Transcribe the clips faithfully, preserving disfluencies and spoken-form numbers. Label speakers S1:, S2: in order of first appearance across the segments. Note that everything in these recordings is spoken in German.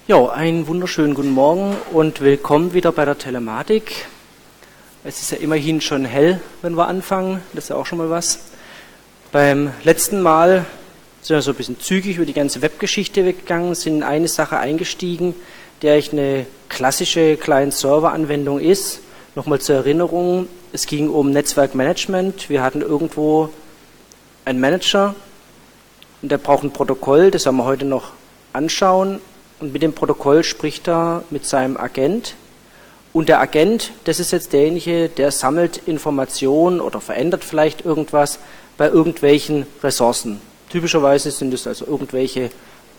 S1: Ja, einen wunderschönen guten Morgen und willkommen wieder bei der Telematik. Es ist ja immerhin schon hell, wenn wir anfangen, das ist ja auch schon mal was. Beim letzten Mal sind wir so ein bisschen zügig über die ganze Webgeschichte weggegangen, sind in eine Sache eingestiegen, der ich eine klassische Client-Server-Anwendung ist. Nochmal zur Erinnerung, es ging um Netzwerkmanagement. Wir hatten irgendwo einen Manager und der braucht ein Protokoll, das werden wir heute noch anschauen. Und mit dem Protokoll spricht er mit seinem Agent. Und der Agent, das ist jetzt derjenige, der sammelt Informationen oder verändert vielleicht irgendwas bei irgendwelchen Ressourcen. Typischerweise sind es also irgendwelche,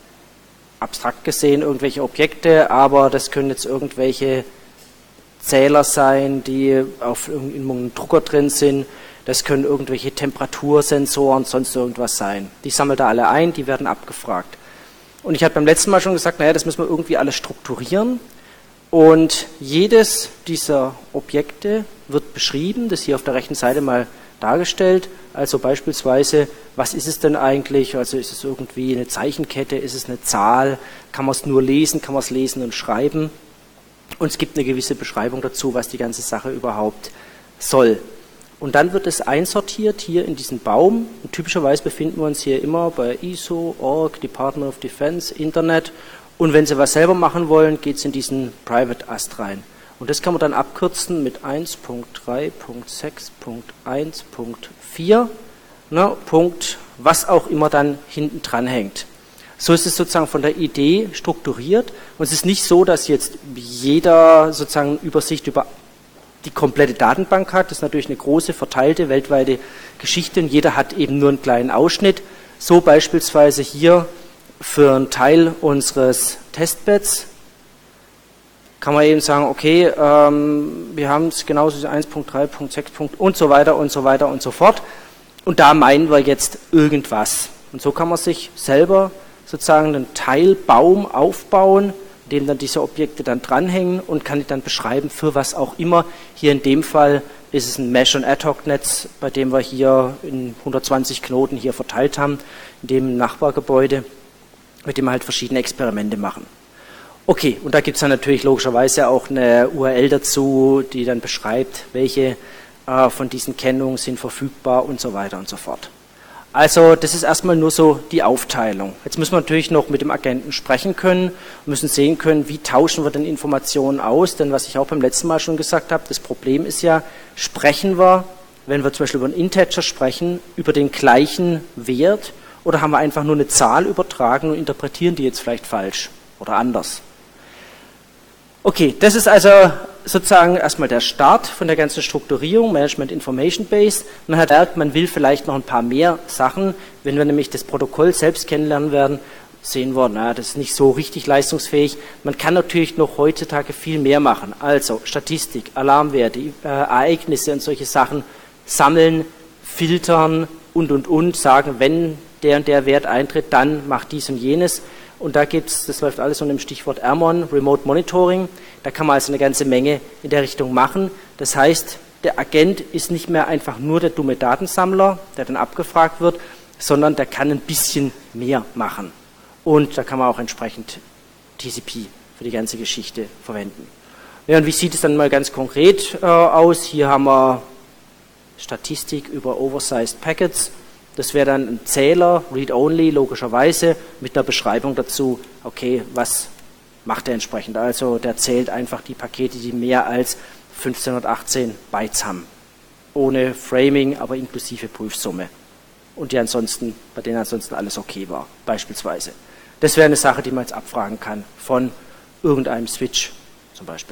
S1: abstrakt gesehen, irgendwelche Objekte, aber das können jetzt irgendwelche Zähler sein, die auf irgendeinem Drucker drin sind. Das können irgendwelche Temperatursensoren, sonst irgendwas sein. Die sammelt er alle ein, die werden abgefragt. Und ich hatte beim letzten Mal schon gesagt, naja, das müssen wir irgendwie alles strukturieren. Und jedes dieser Objekte wird beschrieben, das hier auf der rechten Seite mal dargestellt. Also beispielsweise, was ist es denn eigentlich? Also ist es irgendwie eine Zeichenkette, ist es eine Zahl? Kann man es nur lesen, kann man es lesen und schreiben? Und es gibt eine gewisse Beschreibung dazu, was die ganze Sache überhaupt soll. Und dann wird es einsortiert hier in diesen Baum. Und typischerweise befinden wir uns hier immer bei I S O, Org, Department of Defense, Internet. Und wenn Sie was selber machen wollen, geht es in diesen Private Ast rein. Und das kann man dann abkürzen mit eins Punkt drei Punkt sechs Punkt eins Punkt vier, ne, Punkt, was auch immer dann hinten dran hängt. So ist es sozusagen von der Idee strukturiert. Und es ist nicht so, dass jetzt jeder sozusagen Übersicht über die komplette Datenbank hat. Das ist natürlich eine große, verteilte, weltweite Geschichte und jeder hat eben nur einen kleinen Ausschnitt. So beispielsweise hier für einen Teil unseres Testbeds kann man eben sagen, okay, ähm, wir haben es genauso eins Punkt drei Punkt sechs und so weiter und so weiter und so fort. Und da meinen wir jetzt irgendwas. Und so kann man sich selber sozusagen einen Teilbaum aufbauen, dem dann diese Objekte dann dranhängen und kann ich dann beschreiben, für was auch immer. Hier in dem Fall ist es ein Mesh- und Ad-Hoc-Netz, bei dem wir hier in hundertzwanzig Knoten hier verteilt haben, in dem Nachbargebäude, mit dem wir halt verschiedene Experimente machen. Okay, und da gibt es dann natürlich logischerweise auch eine U R L dazu, die dann beschreibt, welche äh, von diesen Kennungen sind verfügbar und so weiter und so fort. Also das ist erstmal nur so die Aufteilung. Jetzt müssen wir natürlich noch mit dem Agenten sprechen können, müssen sehen können, wie tauschen wir denn Informationen aus, denn was ich auch beim letzten Mal schon gesagt habe, das Problem ist ja, sprechen wir, wenn wir zum Beispiel über einen Integer sprechen, über den gleichen Wert oder haben wir einfach nur eine Zahl übertragen und interpretieren die jetzt vielleicht falsch oder anders. Okay, das ist also sozusagen erstmal der Start von der ganzen Strukturierung, Management Information Base. Man hat gemerkt, man will vielleicht noch ein paar mehr Sachen. Wenn wir nämlich das Protokoll selbst kennenlernen werden, sehen wir, na, das ist nicht so richtig leistungsfähig. Man kann natürlich noch heutzutage viel mehr machen. Also Statistik, Alarmwerte, äh, Ereignisse und solche Sachen sammeln, filtern und, und, und, sagen, wenn der und der Wert eintritt, dann macht dies und jenes. Und da gibt es, das läuft alles unter dem Stichwort R M O N, Remote Monitoring. Da kann man also eine ganze Menge in der Richtung machen. Das heißt, der Agent ist nicht mehr einfach nur der dumme Datensammler, der dann abgefragt wird, sondern der kann ein bisschen mehr machen. Und da kann man auch entsprechend T C P für die ganze Geschichte verwenden. Ja, und wie sieht es dann mal ganz konkret äh, aus? Hier haben wir Statistik über Oversized Packets. Das wäre dann ein Zähler, Read-Only, logischerweise, mit einer Beschreibung dazu, okay, was macht er entsprechend. Also der zählt einfach die Pakete, die mehr als fünfzehnhundertachtzehn Bytes haben. Ohne Framing, aber inklusive Prüfsumme. Und die ansonsten, bei denen ansonsten alles okay war, beispielsweise. Das wäre eine Sache, die man jetzt abfragen kann von irgendeinem Switch zum Beispiel.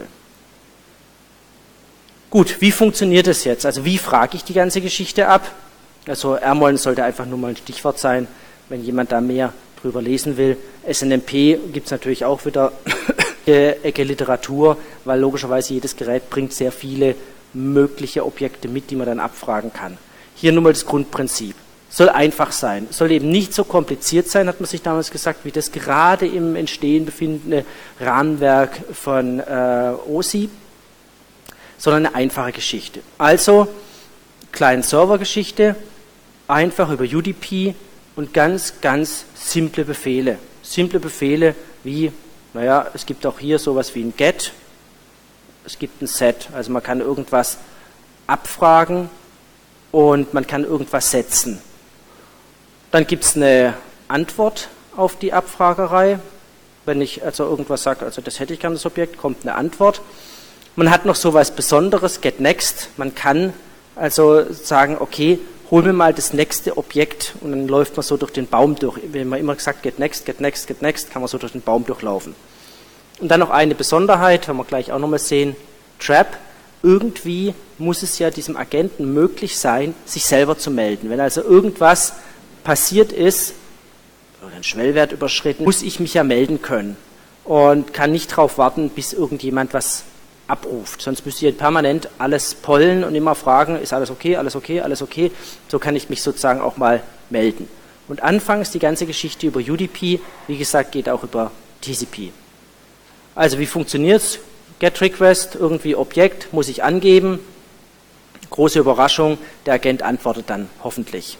S1: Gut, wie funktioniert das jetzt? Also wie frage ich die ganze Geschichte ab? Also R M O N sollte einfach nur mal ein Stichwort sein, wenn jemand da mehr drüber lesen will. S N M P gibt es natürlich auch wieder Ecke Literatur, weil logischerweise jedes Gerät bringt sehr viele mögliche Objekte mit, die man dann abfragen kann. Hier nur mal das Grundprinzip. Soll einfach sein, soll eben nicht so kompliziert sein, hat man sich damals gesagt, wie das gerade im Entstehen befindende Rahmenwerk von äh, O S I, sondern eine einfache Geschichte. Also Client-Server-Geschichte, einfach über U D P und ganz, ganz simple Befehle. Simple Befehle wie Naja, es gibt auch hier sowas wie ein Get, es gibt ein Set, also man kann irgendwas abfragen und man kann irgendwas setzen. Dann gibt es eine Antwort auf die Abfragerei. Wenn ich also irgendwas sage, also das hätte ich gerne, das Objekt, kommt eine Antwort. Man hat noch sowas Besonderes, getNext. Man kann also sagen, okay, hol mir mal das nächste Objekt und dann läuft man so durch den Baum durch. Wenn man immer gesagt, getNext, getNext, getNext, kann man so durch den Baum durchlaufen. Und dann noch eine Besonderheit, werden wir gleich auch nochmal sehen, Trap. Irgendwie muss es ja diesem Agenten möglich sein, sich selber zu melden. Wenn also irgendwas passiert ist, oder ein Schwellwert überschritten, muss ich mich ja melden können und kann nicht darauf warten, bis irgendjemand was abruft. Sonst müsste ich permanent alles pollen und immer fragen, ist alles okay, alles okay, alles okay. So kann ich mich sozusagen auch mal melden. Und anfangs die ganze Geschichte über U D P, wie gesagt, geht auch über T C P. Also wie funktioniert es? GetRequest, irgendwie Objekt, muss ich angeben. Große Überraschung, der Agent antwortet dann hoffentlich.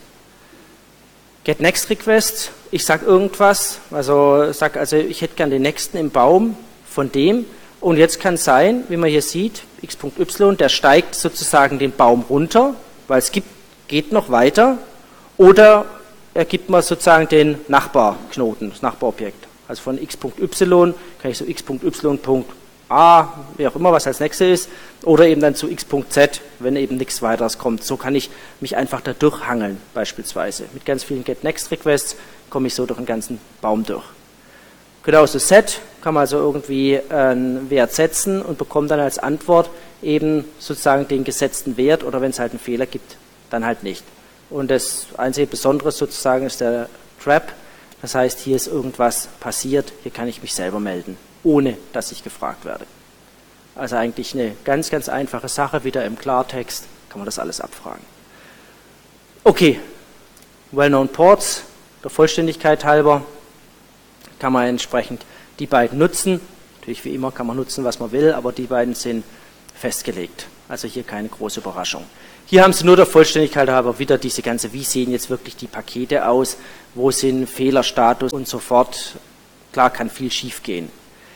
S1: GetNextRequest, ich sage irgendwas, also sage, also ich hätte gern den nächsten im Baum von dem und jetzt kann es sein, wie man hier sieht, x.y, der steigt sozusagen den Baum runter, weil es gibt, geht noch weiter, oder er gibt mir sozusagen den Nachbarknoten, das Nachbarobjekt. Also von x.y kann ich so x.y.a, wie auch immer, was als nächstes ist, oder eben dann zu x.z, wenn eben nichts weiteres kommt. So kann ich mich einfach da durchhangeln, beispielsweise. Mit ganz vielen GetNext-Requests komme ich so durch den ganzen Baum durch. Genauso Set, kann man also irgendwie einen Wert setzen und bekommt dann als Antwort eben sozusagen den gesetzten Wert, oder wenn es halt einen Fehler gibt, dann halt nicht. Und das einzige Besondere sozusagen ist der Trap. Das heißt, hier ist irgendwas passiert, hier kann ich mich selber melden, ohne dass ich gefragt werde. Also eigentlich eine ganz, ganz einfache Sache, wieder im Klartext kann man das alles abfragen. Okay, Well-Known Ports, der Vollständigkeit halber, kann man entsprechend die beiden nutzen. Natürlich wie immer kann man nutzen, was man will, aber die beiden sind festgelegt. Also hier keine große Überraschung. Hier haben Sie nur der Vollständigkeit halber wieder diese ganze, wie sehen jetzt wirklich die Pakete aus, wo sind Fehlerstatus und so fort. Klar, kann viel schief gehen.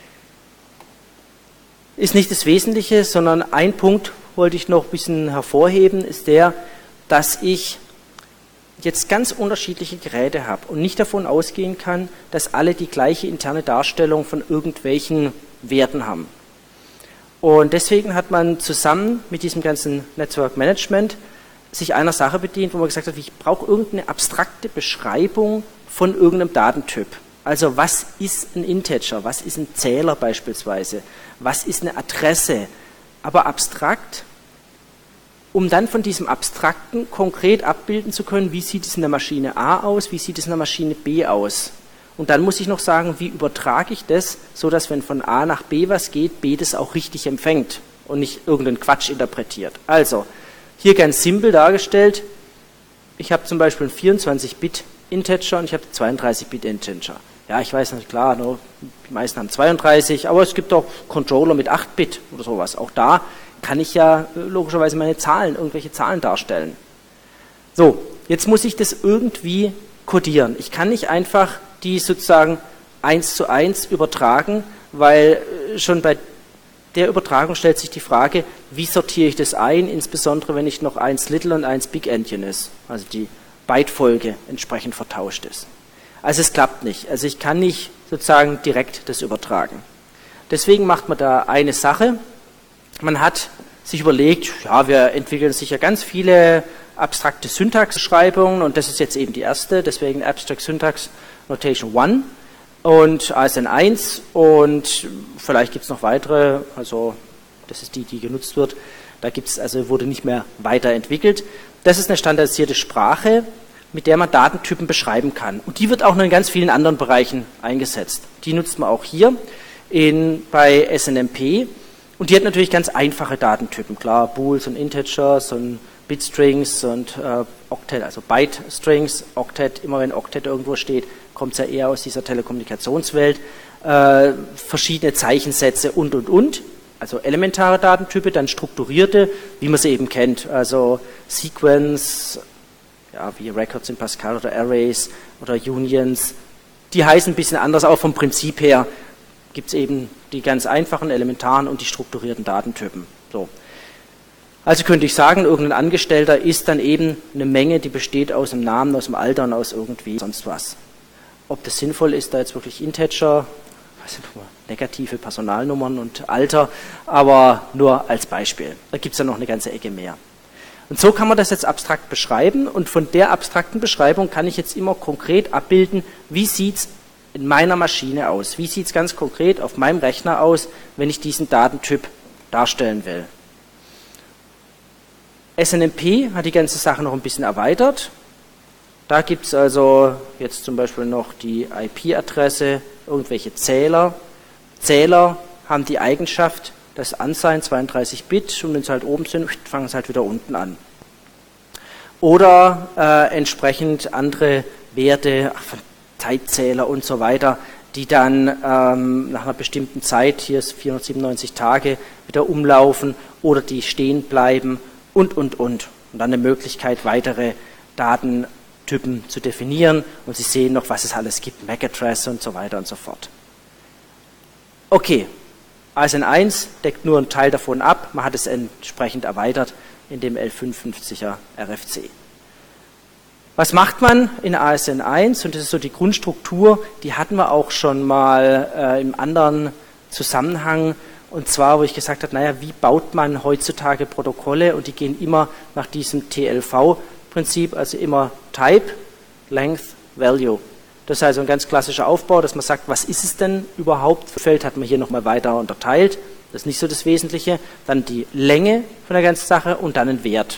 S1: Ist nicht das Wesentliche, sondern ein Punkt wollte ich noch ein bisschen hervorheben, ist der, dass ich jetzt ganz unterschiedliche Geräte habe und nicht davon ausgehen kann, dass alle die gleiche interne Darstellung von irgendwelchen Werten haben. Und deswegen hat man zusammen mit diesem ganzen Network Management sich einer Sache bedient, wo man gesagt hat, ich brauche irgendeine abstrakte Beschreibung von irgendeinem Datentyp. Also was ist ein Integer, was ist ein Zähler beispielsweise, was ist eine Adresse, aber abstrakt, um dann von diesem Abstrakten konkret abbilden zu können, wie sieht es in der Maschine A aus, wie sieht es in der Maschine B aus. Und dann muss ich noch sagen, wie übertrage ich das, so dass wenn von A nach B was geht, B das auch richtig empfängt und nicht irgendeinen Quatsch interpretiert. Also, hier ganz simpel dargestellt, ich habe zum Beispiel einen vierundzwanzig Bit Integer und ich habe einen zweiunddreißig Bit Integer. Ja, ich weiß nicht, klar, no, die meisten haben zweiunddreißig, aber es gibt auch Controller mit acht Bit oder sowas. Auch da kann ich ja logischerweise meine Zahlen, irgendwelche Zahlen darstellen. So, jetzt muss ich das irgendwie kodieren. Ich kann nicht einfach die sozusagen eins zu eins übertragen, weil schon bei der Übertragung stellt sich die Frage, wie sortiere ich das ein, insbesondere wenn ich noch eins Little und eins Big Endian ist, also die Bytefolge entsprechend vertauscht ist. Also es klappt nicht. Also ich kann nicht sozusagen direkt das übertragen. Deswegen macht man da eine Sache. Man hat sich überlegt, ja, wir entwickeln sicher ganz viele abstrakte Syntaxbeschreibungen und das ist jetzt eben die erste, deswegen Abstract Syntax Notation eins und A S N eins und vielleicht gibt es noch weitere, also das ist die, die genutzt wird. Da gibt es, also wurde nicht mehr weiterentwickelt. Das ist eine standardisierte Sprache, mit der man Datentypen beschreiben kann. Und die wird auch noch in ganz vielen anderen Bereichen eingesetzt. Die nutzt man auch hier in, bei S N M P. Und die hat natürlich ganz einfache Datentypen. Klar, Bools und Integers und Bitstrings und äh, Octet, also Byte-Strings, Octet, immer wenn Octet irgendwo steht, kommt es ja eher aus dieser Telekommunikationswelt. Äh, verschiedene Zeichensätze und, und, und. Also elementare Datentype, dann strukturierte, wie man sie eben kennt. Also Sequence, ja, wie Records in Pascal oder Arrays oder Unions. Die heißen ein bisschen anders, auch vom Prinzip her. gibt es eben die ganz einfachen, elementaren und die strukturierten Datentypen. So. Also könnte ich sagen, irgendein Angestellter ist dann eben eine Menge, die besteht aus dem Namen, aus dem Alter und aus irgendwie sonst was. Ob das sinnvoll ist, da jetzt wirklich Integer, was sind nur negative Personalnummern und Alter, aber nur als Beispiel. Da gibt es ja noch eine ganze Ecke mehr. Und so kann man das jetzt abstrakt beschreiben und von der abstrakten Beschreibung kann ich jetzt immer konkret abbilden, wie sieht es in meiner Maschine aus, wie sieht es ganz konkret auf meinem Rechner aus, wenn ich diesen Datentyp darstellen will. S N M P hat die ganze Sache noch ein bisschen erweitert. Da gibt es also jetzt zum Beispiel noch die I P-Adresse, irgendwelche Zähler. Zähler haben die Eigenschaft, das Unsigned zweiunddreißig Bit und wenn sie halt oben sind, fangen sie halt wieder unten an. Oder äh, entsprechend andere Werte, ach, von Zeitzähler und so weiter, die dann ähm, nach einer bestimmten Zeit, hier ist vierhundertsiebenundneunzig Tage, wieder umlaufen oder die stehen bleiben und, und, und. Und dann eine Möglichkeit, weitere Datentypen zu definieren und Sie sehen noch, was es alles gibt, M A C-Adresse und so weiter und so fort. Okay. A S N eins deckt nur einen Teil davon ab, man hat es entsprechend erweitert in dem L fünfundfünfziger R F C. Was macht man in A S N eins? Und das ist so die Grundstruktur, die hatten wir auch schon mal äh, im anderen Zusammenhang, und zwar, wo ich gesagt habe, naja, wie baut man heutzutage Protokolle? Und die gehen immer nach diesem T L V-Prinzip, also immer Type, Length, Value. Das ist also ein ganz klassischer Aufbau, dass man sagt, was ist es denn überhaupt? Feld hat man hier nochmal weiter unterteilt, das ist nicht so das Wesentliche. Dann die Länge von der ganzen Sache und dann ein Wert.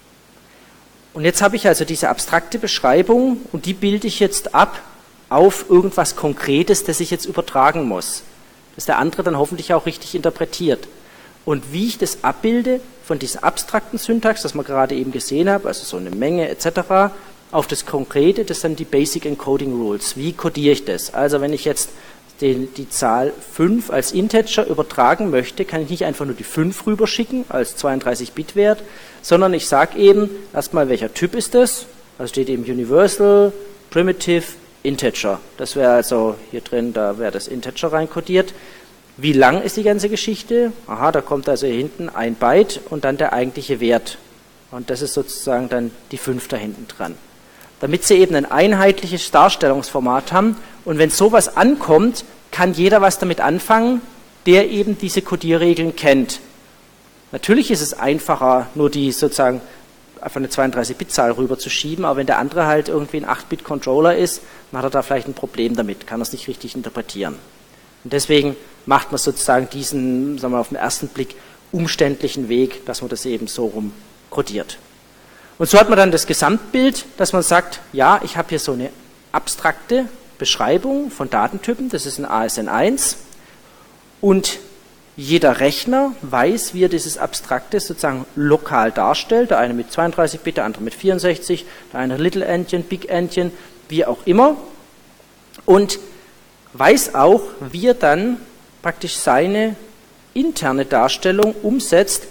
S1: Und jetzt habe ich also diese abstrakte Beschreibung und die bilde ich jetzt ab auf irgendwas Konkretes, das ich jetzt übertragen muss. Das der andere dann hoffentlich auch richtig interpretiert. Und wie ich das abbilde von dieser abstrakten Syntax, das wir gerade eben gesehen haben, also so eine Menge et cetera, auf das Konkrete, das sind die Basic Encoding Rules. Wie codiere ich das? Also wenn ich jetzt die, die Zahl fünf als Integer übertragen möchte, kann ich nicht einfach nur die fünf rüberschicken als zweiunddreißig Bit Wert, sondern ich sage eben erstmal, welcher Typ ist das? Also steht eben Universal, Primitive, Integer. Das wäre also hier drin, da wäre das Integer reinkodiert. Wie lang ist die ganze Geschichte? Aha, da kommt also hier hinten ein Byte und dann der eigentliche Wert. Und das ist sozusagen dann die fünf da hinten dran. Damit Sie eben ein einheitliches Darstellungsformat haben. Und wenn sowas ankommt, kann jeder was damit anfangen, der eben diese Codierregeln kennt. Natürlich ist es einfacher, nur die sozusagen einfach eine zweiunddreißig Bit Zahl rüber zu schieben, aber wenn der andere halt irgendwie ein acht Bit Controller ist, dann hat er da vielleicht ein Problem damit, kann er es nicht richtig interpretieren. Und deswegen macht man sozusagen diesen, sagen wir auf den ersten Blick, umständlichen Weg, dass man das eben so rum codiert. Und so hat man dann das Gesamtbild, dass man sagt, ja, ich habe hier so eine abstrakte Beschreibung von Datentypen, das ist ein A S N eins und jeder Rechner weiß, wie er dieses Abstrakte sozusagen lokal darstellt, der eine mit zweiunddreißig Bit, der andere mit vierundsechzig, der eine Little Endian, Big Endian, wie auch immer und weiß auch, wie er dann praktisch seine interne Darstellung umsetzt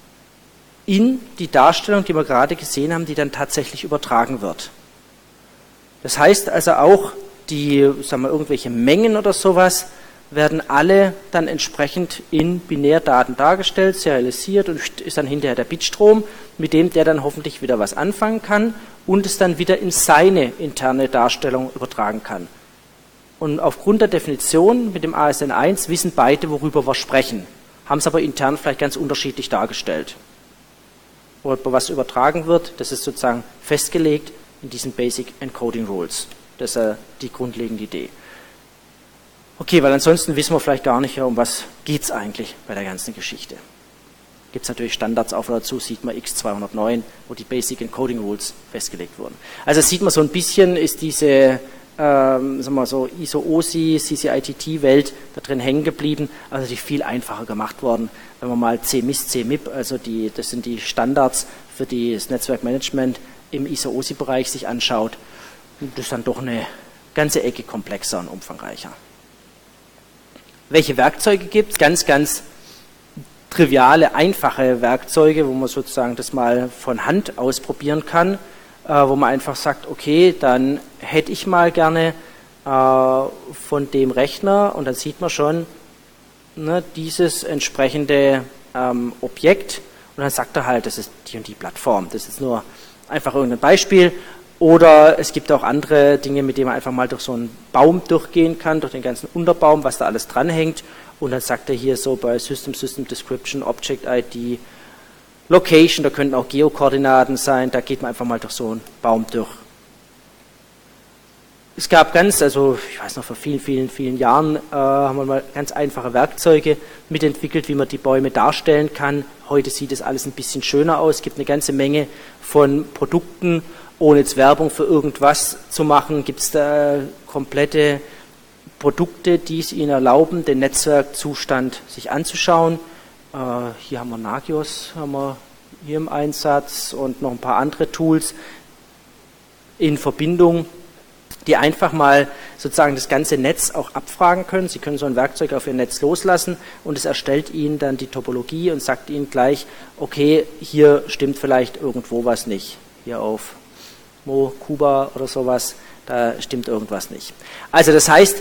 S1: in die Darstellung, die wir gerade gesehen haben, die dann tatsächlich übertragen wird. Das heißt also auch, die, sagen wir, irgendwelche Mengen oder sowas werden alle dann entsprechend in Binärdaten dargestellt, serialisiert und ist dann hinterher der Bitstrom, mit dem der dann hoffentlich wieder was anfangen kann und es dann wieder in seine interne Darstellung übertragen kann. Und aufgrund der Definition mit dem A S N eins wissen beide, worüber wir sprechen, haben es aber intern vielleicht ganz unterschiedlich dargestellt. Worüber was übertragen wird, das ist sozusagen festgelegt in diesen Basic Encoding Rules. Das ist äh, die grundlegende Idee. Okay, weil ansonsten wissen wir vielleicht gar nicht, um was geht es eigentlich bei der ganzen Geschichte. Gibt es natürlich Standards auf oder dazu, sieht man X zweihundertneun, wo die Basic Encoding Rules festgelegt wurden. Also sieht man so ein bisschen, ist diese ähm, sagen wir so I S O-O S I, C C I T T-Welt da drin hängen geblieben, also die viel einfacher gemacht worden. Wenn man mal C M I S, C M I P, also die, das sind die Standards für das Netzwerkmanagement im I S O-O S I-Bereich sich anschaut, das ist dann doch eine ganze Ecke komplexer und umfangreicher. Welche Werkzeuge gibt es? Ganz, ganz triviale, einfache Werkzeuge, wo man sozusagen das mal von Hand ausprobieren kann, äh, wo man einfach sagt, okay, dann hätte ich mal gerne äh, von dem Rechner und dann sieht man schon, ne, dieses entsprechende ähm, Objekt und dann sagt er halt, das ist die und die Plattform. Das ist nur einfach irgendein Beispiel. Oder es gibt auch andere Dinge, mit denen man einfach mal durch so einen Baum durchgehen kann, durch den ganzen Unterbaum, was da alles dranhängt. Und dann sagt er hier so bei System, System Description, Object I D, Location, da könnten auch Geokoordinaten sein, da geht man einfach mal durch so einen Baum durch. Es gab ganz, also ich weiß noch, vor vielen, vielen, vielen Jahren äh, haben wir mal ganz einfache Werkzeuge mitentwickelt, wie man die Bäume darstellen kann. Heute sieht es alles ein bisschen schöner aus. Es gibt eine ganze Menge von Produkten. Ohne jetzt Werbung für irgendwas zu machen, gibt es da komplette Produkte, die es Ihnen erlauben, den Netzwerkzustand sich anzuschauen. Äh, hier haben wir Nagios, haben wir hier im Einsatz und noch ein paar andere Tools in Verbindung, die einfach mal sozusagen das ganze Netz auch abfragen können. Sie können so ein Werkzeug auf Ihr Netz loslassen und es erstellt Ihnen dann die Topologie und sagt Ihnen gleich, okay, hier stimmt vielleicht irgendwo was nicht. Hier auf Mo, Kuba oder sowas, da stimmt irgendwas nicht. Also das heißt,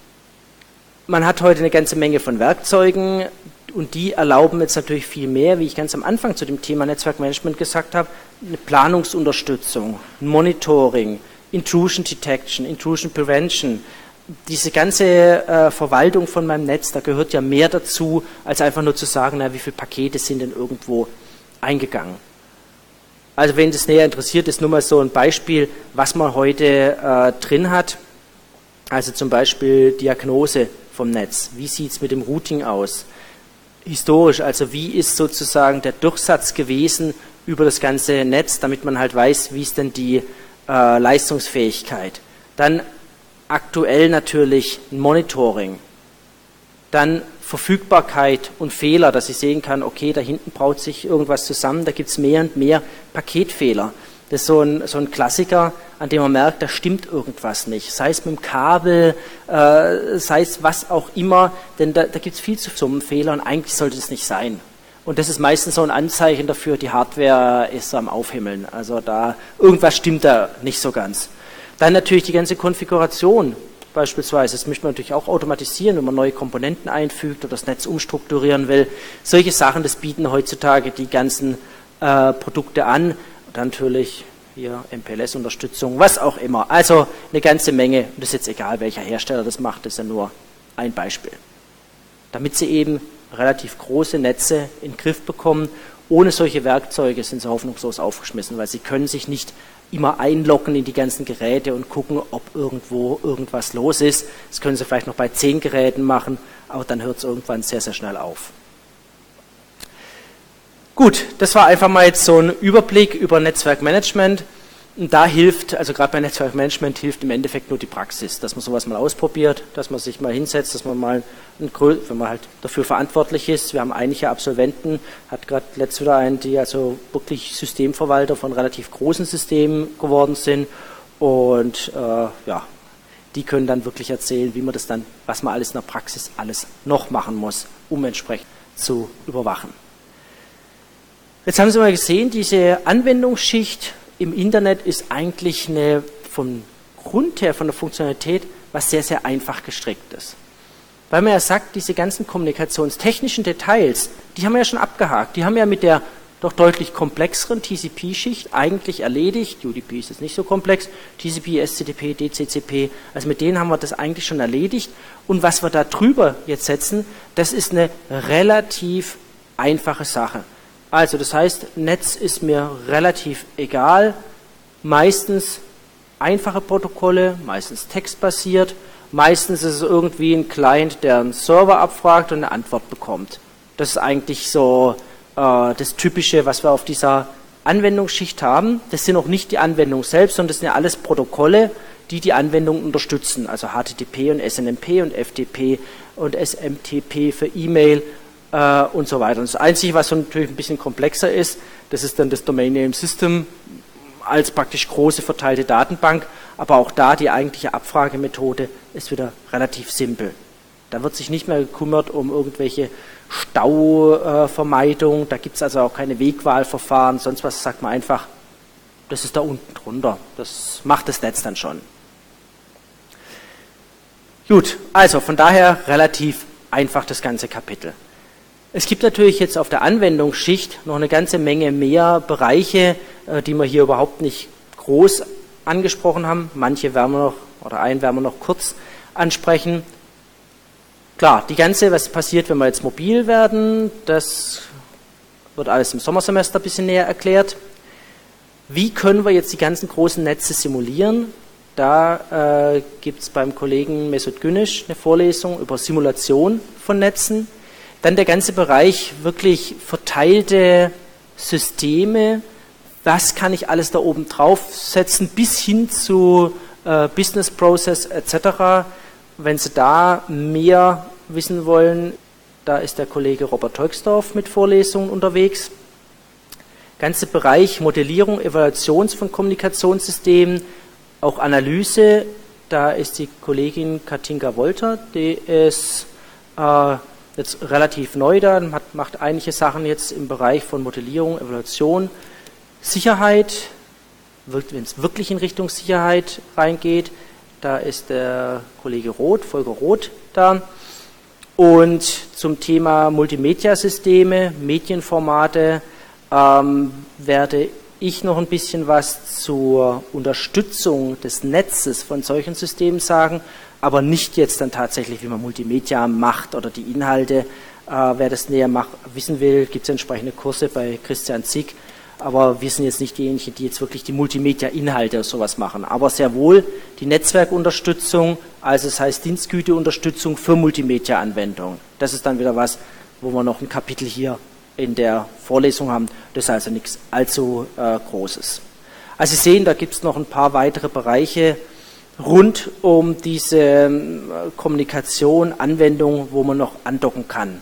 S1: man hat heute eine ganze Menge von Werkzeugen und die erlauben jetzt natürlich viel mehr, wie ich ganz am Anfang zu dem Thema Netzwerkmanagement gesagt habe, eine Planungsunterstützung, ein Monitoring, Intrusion Detection, Intrusion Prevention, diese ganze äh, Verwaltung von meinem Netz, da gehört ja mehr dazu, als einfach nur zu sagen, na, wie viele Pakete sind denn irgendwo eingegangen. Also wenn das näher interessiert, ist nur mal so ein Beispiel, was man heute äh, drin hat. Also zum Beispiel Diagnose vom Netz. Wie sieht es mit dem Routing aus? Historisch, also wie ist sozusagen der Durchsatz gewesen über das ganze Netz, damit man halt weiß, wie ist denn die äh, Leistungsfähigkeit. Dann aktuell natürlich ein Monitoring. Dann Verfügbarkeit und Fehler, dass ich sehen kann, okay, da hinten braut sich irgendwas zusammen, da gibt es mehr und mehr Paketfehler. Das ist so ein, so ein Klassiker, an dem man merkt, da stimmt irgendwas nicht. Sei es mit dem Kabel, äh, sei es was auch immer, denn da, da gibt es viel zu zum Fehler und eigentlich sollte es nicht sein. Und das ist meistens so ein Anzeichen dafür, die Hardware ist am Aufhimmeln. Also da irgendwas stimmt da nicht so ganz. Dann natürlich die ganze Konfiguration. Beispielsweise, das möchte man natürlich auch automatisieren, wenn man neue Komponenten einfügt oder das Netz umstrukturieren will. Solche Sachen, das bieten heutzutage die ganzen äh, Produkte an. Und dann natürlich hier M P L S-Unterstützung, was auch immer. Also eine ganze Menge. Und das ist jetzt egal, welcher Hersteller das macht, das ist ja nur ein Beispiel. Damit Sie eben relativ große Netze in den Griff bekommen. Ohne solche Werkzeuge sind Sie hoffnungslos aufgeschmissen, weil Sie können sich nicht immer einloggen in die ganzen Geräte und gucken, ob irgendwo irgendwas los ist. Das können Sie vielleicht noch bei zehn Geräten machen, aber dann hört es irgendwann sehr, sehr schnell auf. Gut, das war einfach mal jetzt so ein Überblick über Netzwerkmanagement. Und da hilft, also gerade bei Netzwerkmanagement hilft im Endeffekt nur die Praxis, dass man sowas mal ausprobiert, dass man sich mal hinsetzt, dass man mal, ein, wenn man halt dafür verantwortlich ist. Wir haben einige Absolventen, hat gerade letztes wieder einen, die also wirklich Systemverwalter von relativ großen Systemen geworden sind und äh, ja, die können dann wirklich erzählen, wie man das dann, was man alles in der Praxis alles noch machen muss, um entsprechend zu überwachen. Jetzt haben Sie mal gesehen, diese Anwendungsschicht im Internet ist eigentlich eine, vom Grund her, von der Funktionalität, was sehr, sehr einfach gestrickt ist. Weil man ja sagt, diese ganzen kommunikationstechnischen Details, die haben wir ja schon abgehakt. Die haben wir ja mit der doch deutlich komplexeren T C P-Schicht eigentlich erledigt. U D P ist jetzt nicht so komplex. T C P, S C T P, D C C P, also mit denen haben wir das eigentlich schon erledigt. Und was wir da drüber jetzt setzen, das ist eine relativ einfache Sache. Also das heißt, Netz ist mir relativ egal, meistens einfache Protokolle, meistens textbasiert, meistens ist es irgendwie ein Client, der einen Server abfragt und eine Antwort bekommt. Das ist eigentlich so äh, das Typische, was wir auf dieser Anwendungsschicht haben. Das sind auch nicht die Anwendungen selbst, sondern das sind ja alles Protokolle, die die Anwendung unterstützen, also H T T P und S N M P und F T P und S M T P für E-Mail, und so weiter. Und das Einzige, was so natürlich ein bisschen komplexer ist, das ist dann das Domain Name System als praktisch große verteilte Datenbank, aber auch da die eigentliche Abfragemethode ist wieder relativ simpel. Da wird sich nicht mehr gekümmert um irgendwelche Stauvermeidung, da gibt es also auch keine Wegwahlverfahren, sonst was, sagt man einfach, das ist da unten drunter, das macht das Netz dann schon. Gut, also von daher relativ einfach das ganze Kapitel. Es gibt natürlich jetzt auf der Anwendungsschicht noch eine ganze Menge mehr Bereiche, die wir hier überhaupt nicht groß angesprochen haben. Manche werden wir noch, oder einen werden wir noch kurz ansprechen. Klar, die ganze, was passiert, wenn wir jetzt mobil werden, das wird alles im Sommersemester ein bisschen näher erklärt. Wie können wir jetzt die ganzen großen Netze simulieren? Da äh, gibt es beim Kollegen Mesut Güneş eine Vorlesung über Simulation von Netzen. Dann der ganze Bereich wirklich verteilte Systeme. Was kann ich alles da oben draufsetzen, bis hin zu äh, Business Process et cetera. Wenn Sie da mehr wissen wollen, da ist der Kollege Robert Teugsdorf mit Vorlesungen unterwegs. Ganze Bereich Modellierung, Evaluation von Kommunikationssystemen, auch Analyse, da ist die Kollegin Katinka Wolter, die ist äh, jetzt relativ neu da, hat, macht einige Sachen jetzt im Bereich von Modellierung, Evaluation, Sicherheit, wenn es wirklich in Richtung Sicherheit reingeht, da ist der Kollege Roth, Volker Roth da. Und zum Thema Multimedia-Systeme, Medienformate, ähm, werde ich noch ein bisschen was zur Unterstützung des Netzes von solchen Systemen sagen, aber nicht jetzt dann tatsächlich, wie man Multimedia macht oder die Inhalte. Äh, wer das näher macht, wissen will, gibt es entsprechende Kurse bei Christian Zick, aber wir sind jetzt nicht diejenigen, die jetzt wirklich die Multimedia-Inhalte oder sowas machen, aber sehr wohl die Netzwerkunterstützung, also das heißt Dienstgüteunterstützung für Multimedia-Anwendungen. Das ist dann wieder was, wo wir noch ein Kapitel hier in der Vorlesung haben. Das ist also nichts allzu äh, Großes. Also Sie sehen, da gibt es noch ein paar weitere Bereiche rund um diese äh, Kommunikation, Anwendung, wo man noch andocken kann.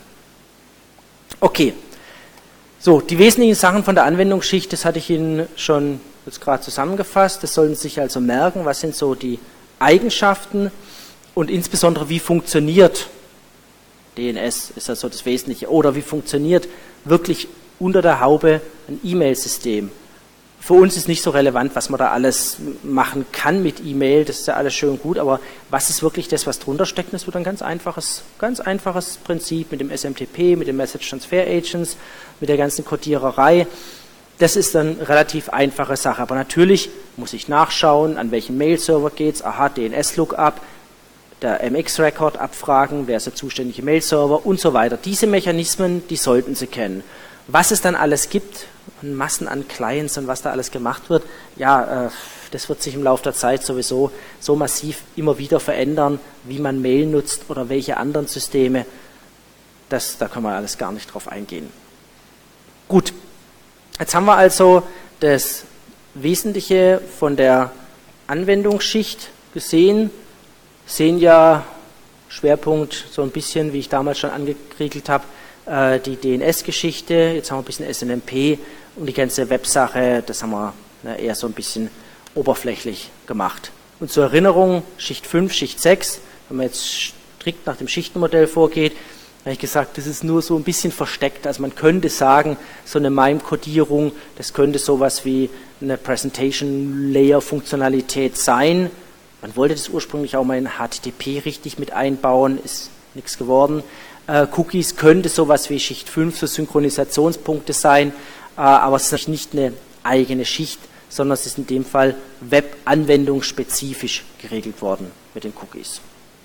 S1: Okay, so, die wesentlichen Sachen von der Anwendungsschicht, das hatte ich Ihnen schon jetzt gerade zusammengefasst. Das sollen Sie sich also merken, was sind so die Eigenschaften und insbesondere, wie funktioniert D N S, ist also das Wesentliche, oder wie funktioniert wirklich unter der Haube ein E-Mail-System. Für uns ist nicht so relevant, was man da alles machen kann mit E-Mail, das ist ja alles schön und gut, aber was ist wirklich das, was drunter steckt? Das wird ein ganz einfaches, ganz einfaches Prinzip mit dem S M T P, mit den Message Transfer Agents, mit der ganzen Codiererei. Das ist dann eine relativ einfache Sache, aber natürlich muss ich nachschauen, an welchen Mail-Server geht es, aha, D N S-Lookup, der M X-Record abfragen, wer ist der zuständige Mail-Server und so weiter. Diese Mechanismen, die sollten Sie kennen. Was es dann alles gibt, Massen an Clients und was da alles gemacht wird, ja, äh, das wird sich im Laufe der Zeit sowieso so massiv immer wieder verändern, wie man Mail nutzt oder welche anderen Systeme. Das, da können wir alles gar nicht drauf eingehen. Gut, jetzt haben wir also das Wesentliche von der Anwendungsschicht gesehen. Sehen ja Schwerpunkt so ein bisschen, wie ich damals schon angekriegelt habe, äh, die D N S-Geschichte, jetzt haben wir ein bisschen S N M P und die ganze Websache, das haben wir na, eher so ein bisschen oberflächlich gemacht. Und zur Erinnerung, Schicht fünf, Schicht sechs, wenn man jetzt strikt nach dem Schichtenmodell vorgeht, habe ich gesagt, das ist nur so ein bisschen versteckt, also man könnte sagen, so eine MIME-Kodierung, das könnte sowas wie eine Presentation-Layer-Funktionalität sein. Man wollte das ursprünglich auch mal in H T T P richtig mit einbauen, ist nichts geworden. Äh, Cookies könnte sowas wie Schicht fünf, so Synchronisationspunkte sein, äh, aber es ist nicht eine eigene Schicht, sondern es ist in dem Fall Web-anwendungsspezifisch geregelt worden mit den Cookies.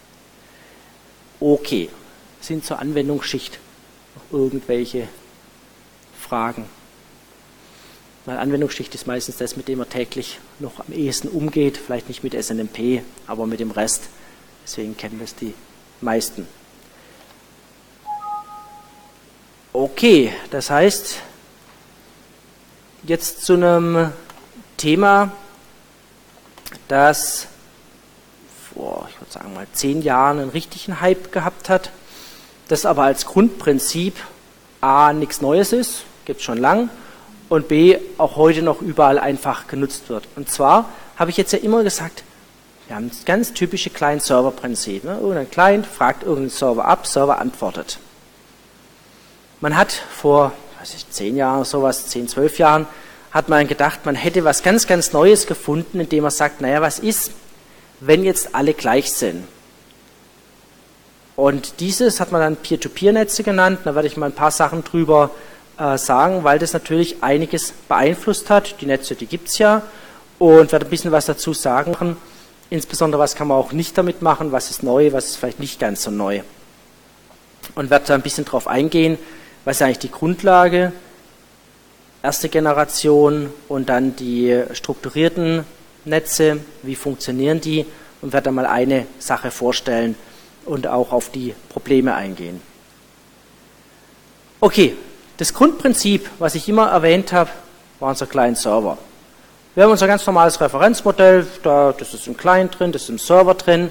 S1: Okay, sind zur Anwendungsschicht noch irgendwelche Fragen? Weil Anwendungsschicht ist meistens das, mit dem man täglich noch am ehesten umgeht, vielleicht nicht mit S N M P, aber mit dem Rest. Deswegen kennen wir es die meisten. Okay, das heißt, jetzt zu einem Thema, das vor, ich würde sagen mal, zehn Jahren einen richtigen Hype gehabt hat, das aber als Grundprinzip A, nichts Neues ist, gibt es schon lang, und B, auch heute noch überall einfach genutzt wird. Und zwar habe ich jetzt ja immer gesagt, wir haben das ganz typische Client-Server-Prinzip. Ne? Irgendein Client fragt irgendeinen Server ab, Server antwortet. Man hat vor, weiß ich, zehn Jahren oder sowas, zehn, zwölf Jahren, hat man gedacht, man hätte was ganz, ganz Neues gefunden, indem man sagt, naja, was ist, wenn jetzt alle gleich sind? Und dieses hat man dann Peer-to-Peer-Netze genannt. Da werde ich mal ein paar Sachen drüber äh, sagen, weil das natürlich einiges beeinflusst hat. Die Netze, die gibt es ja. Und werde ein bisschen was dazu sagen. Insbesondere, was kann man auch nicht damit machen, was ist neu, was ist vielleicht nicht ganz so neu. Und werde da ein bisschen drauf eingehen, was ist eigentlich die Grundlage, erste Generation und dann die strukturierten Netze, wie funktionieren die, und werde dann mal eine Sache vorstellen und auch auf die Probleme eingehen. Okay, das Grundprinzip, was ich immer erwähnt habe, war unser Client-Server. Wir haben unser ganz normales Referenzmodell, da, das ist im Client drin, das ist im Server drin,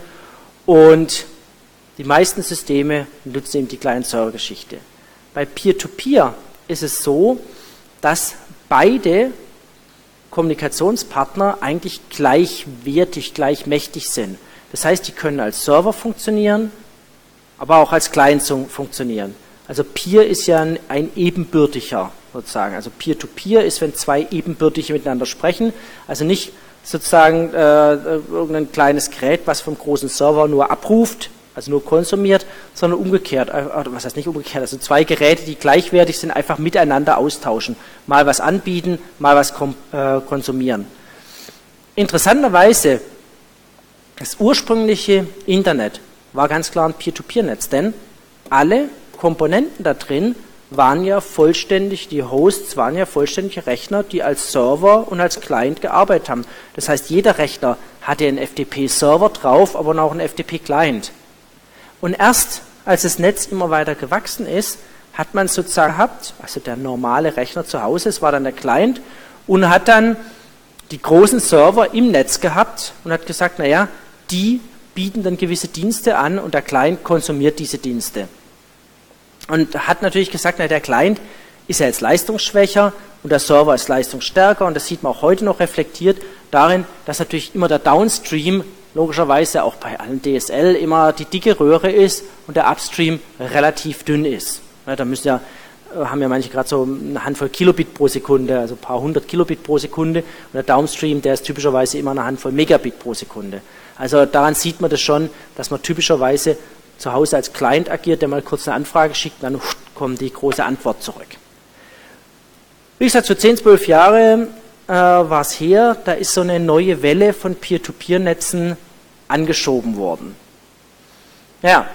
S1: und die meisten Systeme nutzen eben die Client-Server-Geschichte. Bei Peer-to-Peer ist es so, dass beide Kommunikationspartner eigentlich gleichwertig, gleichmächtig sind. Das heißt, die können als Server funktionieren, aber auch als Client funktionieren. Also Peer ist ja ein, ein ebenbürtiger sozusagen. Also Peer-to-Peer ist, wenn zwei Ebenbürtige miteinander sprechen, also nicht sozusagen äh, irgendein kleines Gerät, was vom großen Server nur abruft, also nur konsumiert, sondern umgekehrt, oder was heißt nicht umgekehrt, also zwei Geräte, die gleichwertig sind, einfach miteinander austauschen, mal was anbieten, mal was äh, konsumieren. Interessanterweise, das ursprüngliche Internet war ganz klar ein Peer-to-Peer-Netz, denn alle Komponenten da drin waren ja vollständig, die Hosts waren ja vollständige Rechner, die als Server und als Client gearbeitet haben. Das heißt, jeder Rechner hatte einen F T P-Server drauf, aber auch einen F T P-Client. Und erst als das Netz immer weiter gewachsen ist, hat man sozusagen gehabt, also der normale Rechner zu Hause, es war dann der Client, und hat dann die großen Server im Netz gehabt und hat gesagt, naja, die bieten dann gewisse Dienste an und der Client konsumiert diese Dienste. Und hat natürlich gesagt, na, der Client ist ja jetzt leistungsschwächer und der Server ist leistungsstärker, und das sieht man auch heute noch reflektiert darin, dass natürlich immer der Downstream logischerweise auch bei allen D S L immer die dicke Röhre ist und der Upstream relativ dünn ist. Ja, da müssen ja, haben ja manche gerade so eine Handvoll Kilobit pro Sekunde, also ein paar hundert Kilobit pro Sekunde, und der Downstream, der ist typischerweise immer eine Handvoll Megabit pro Sekunde. Also daran sieht man das schon, dass man typischerweise zu Hause als Client agiert, der mal kurz eine Anfrage schickt, und dann kommt die große Antwort zurück. Wie gesagt, so zehn, zwölf Jahre äh, war es her, da ist so eine neue Welle von Peer-to-Peer-Netzen angeschoben worden. Ja,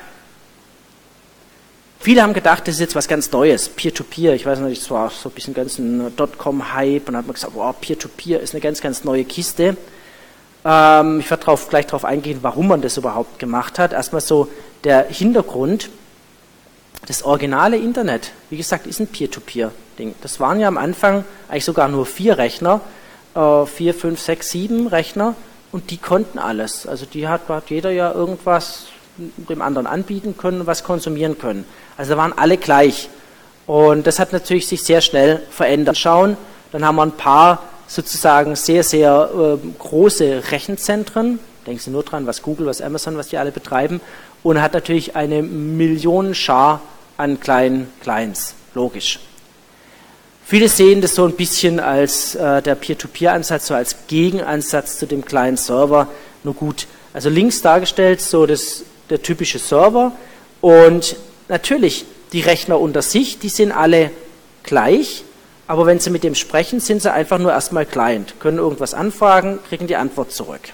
S1: viele haben gedacht, das ist jetzt was ganz Neues, Peer-to-Peer. Ich weiß nicht, es war so ein bisschen ganz ein Dotcom-Hype, und dann hat man gesagt, wow, Peer-to-Peer ist eine ganz, ganz neue Kiste. Ähm, ich werde drauf, gleich darauf eingehen, warum man das überhaupt gemacht hat. Erstmal so der Hintergrund. Das originale Internet, wie gesagt, ist ein Peer-to-Peer-Ding. Das waren ja am Anfang eigentlich sogar nur vier Rechner, äh, vier, fünf, sechs, sieben Rechner, und die konnten alles. Also die hat, hat jeder ja irgendwas dem anderen anbieten können, was konsumieren können. Also da waren alle gleich. Und das hat natürlich sich sehr schnell verändert. Schauen, dann haben wir ein paar sozusagen sehr, sehr äh, große Rechenzentren. Denken Sie nur dran, was Google, was Amazon, was die alle betreiben. Und hat natürlich eine Millionenschar an kleinen Clients. Logisch. Viele sehen das so ein bisschen als äh, der Peer-to-Peer-Ansatz, so als Gegenansatz zu dem Client-Server. Nur gut, also links dargestellt so das, der typische Server, und natürlich die Rechner unter sich, die sind alle gleich, aber wenn Sie mit dem sprechen, sind sie einfach nur erstmal Client, können irgendwas anfragen, kriegen die Antwort zurück.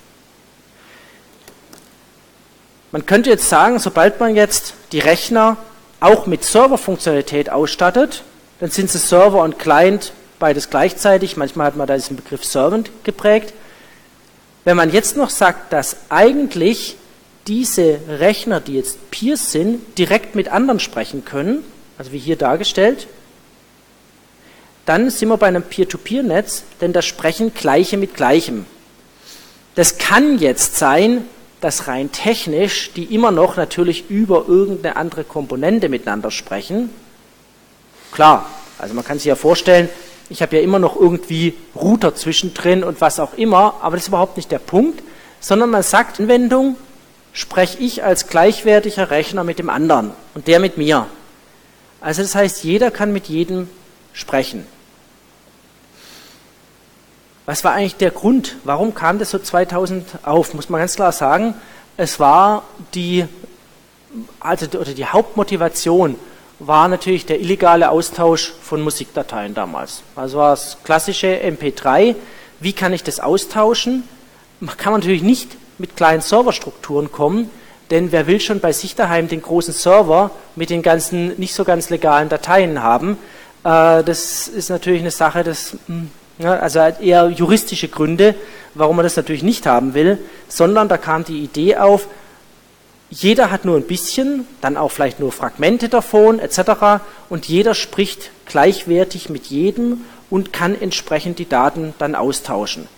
S1: Man könnte jetzt sagen, sobald man jetzt die Rechner auch mit Serverfunktionalität ausstattet, dann sind sie Server und Client beides gleichzeitig. Manchmal hat man da diesen Begriff Servant geprägt. Wenn man jetzt noch sagt, dass eigentlich diese Rechner, die jetzt Peers sind, direkt mit anderen sprechen können, also wie hier dargestellt, dann sind wir bei einem Peer-to-Peer-Netz, denn da sprechen Gleiche mit Gleichem. Das kann jetzt sein, dass rein technisch die immer noch natürlich über irgendeine andere Komponente miteinander sprechen. Klar, also man kann sich ja vorstellen, ich habe ja immer noch irgendwie Router zwischendrin und was auch immer, aber das ist überhaupt nicht der Punkt, sondern man sagt, Anwendung, spreche ich als gleichwertiger Rechner mit dem anderen und der mit mir. Also das heißt, jeder kann mit jedem sprechen. Was war eigentlich der Grund? Warum kam das so zweitausend auf? Muss man ganz klar sagen, es war die also oder die Hauptmotivation war natürlich der illegale Austausch von Musikdateien damals. Also war das klassische M P drei. Wie kann ich das austauschen? Man kann natürlich nicht mit kleinen Serverstrukturen kommen, denn wer will schon bei sich daheim den großen Server mit den ganzen nicht so ganz legalen Dateien haben? Äh, das ist natürlich eine Sache, das, ja, also eher juristische Gründe, warum man das natürlich nicht haben will, sondern da kam die Idee auf, jeder hat nur ein bisschen, dann auch vielleicht nur Fragmente davon et cetera und jeder spricht gleichwertig mit jedem und kann entsprechend die Daten dann austauschen.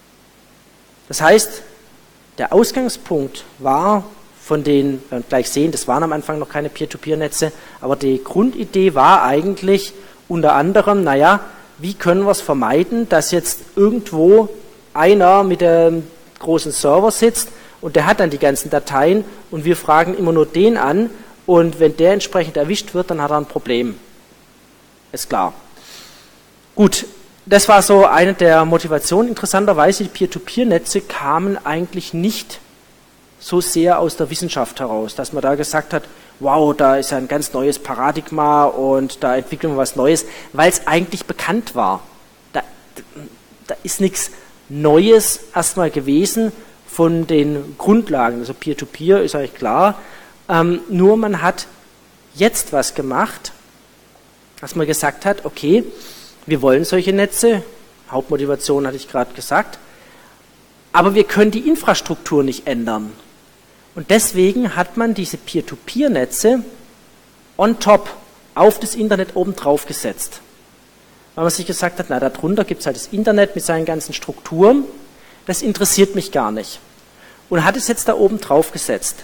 S1: Das heißt, der Ausgangspunkt war von den, wir werden gleich sehen, das waren am Anfang noch keine Peer-to-Peer-Netze, aber die Grundidee war eigentlich unter anderem, naja, wie können wir es vermeiden, dass jetzt irgendwo einer mit dem großen Server sitzt und der hat dann die ganzen Dateien und wir fragen immer nur den an und wenn der entsprechend erwischt wird, dann hat er ein Problem. Ist klar. Gut, das war so eine der Motivationen. Interessanterweise, die Peer-to-Peer-Netze kamen eigentlich nicht so sehr aus der Wissenschaft heraus, dass man da gesagt hat, wow, da ist ein ganz neues Paradigma und da entwickeln wir was Neues, weil es eigentlich bekannt war. Da, da ist nichts Neues erstmal gewesen von den Grundlagen. Also Peer-to-Peer ist eigentlich klar. Ähm, nur man hat jetzt was gemacht, dass man gesagt hat, okay, wir wollen solche Netze, Hauptmotivation hatte ich gerade gesagt, aber wir können die Infrastruktur nicht ändern. Und deswegen hat man diese Peer-to-Peer-Netze on top auf das Internet oben drauf gesetzt. Weil man sich gesagt hat, na, darunter gibt es halt das Internet mit seinen ganzen Strukturen, das interessiert mich gar nicht. Und hat es jetzt da oben drauf gesetzt.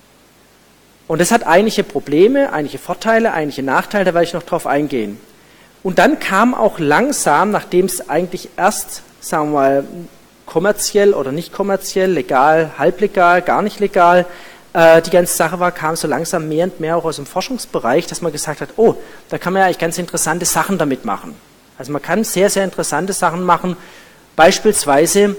S1: Und das hat einige Probleme, einige Vorteile, einige Nachteile, da werde ich noch drauf eingehen. Und dann kam auch langsam, nachdem es eigentlich erst, sagen wir mal, kommerziell oder nicht kommerziell, legal, halblegal, gar nicht legal, äh, die ganze Sache war, kam so langsam mehr und mehr auch aus dem Forschungsbereich, dass man gesagt hat, oh, da kann man ja eigentlich ganz interessante Sachen damit machen. Also man kann sehr, sehr interessante Sachen machen, beispielsweise,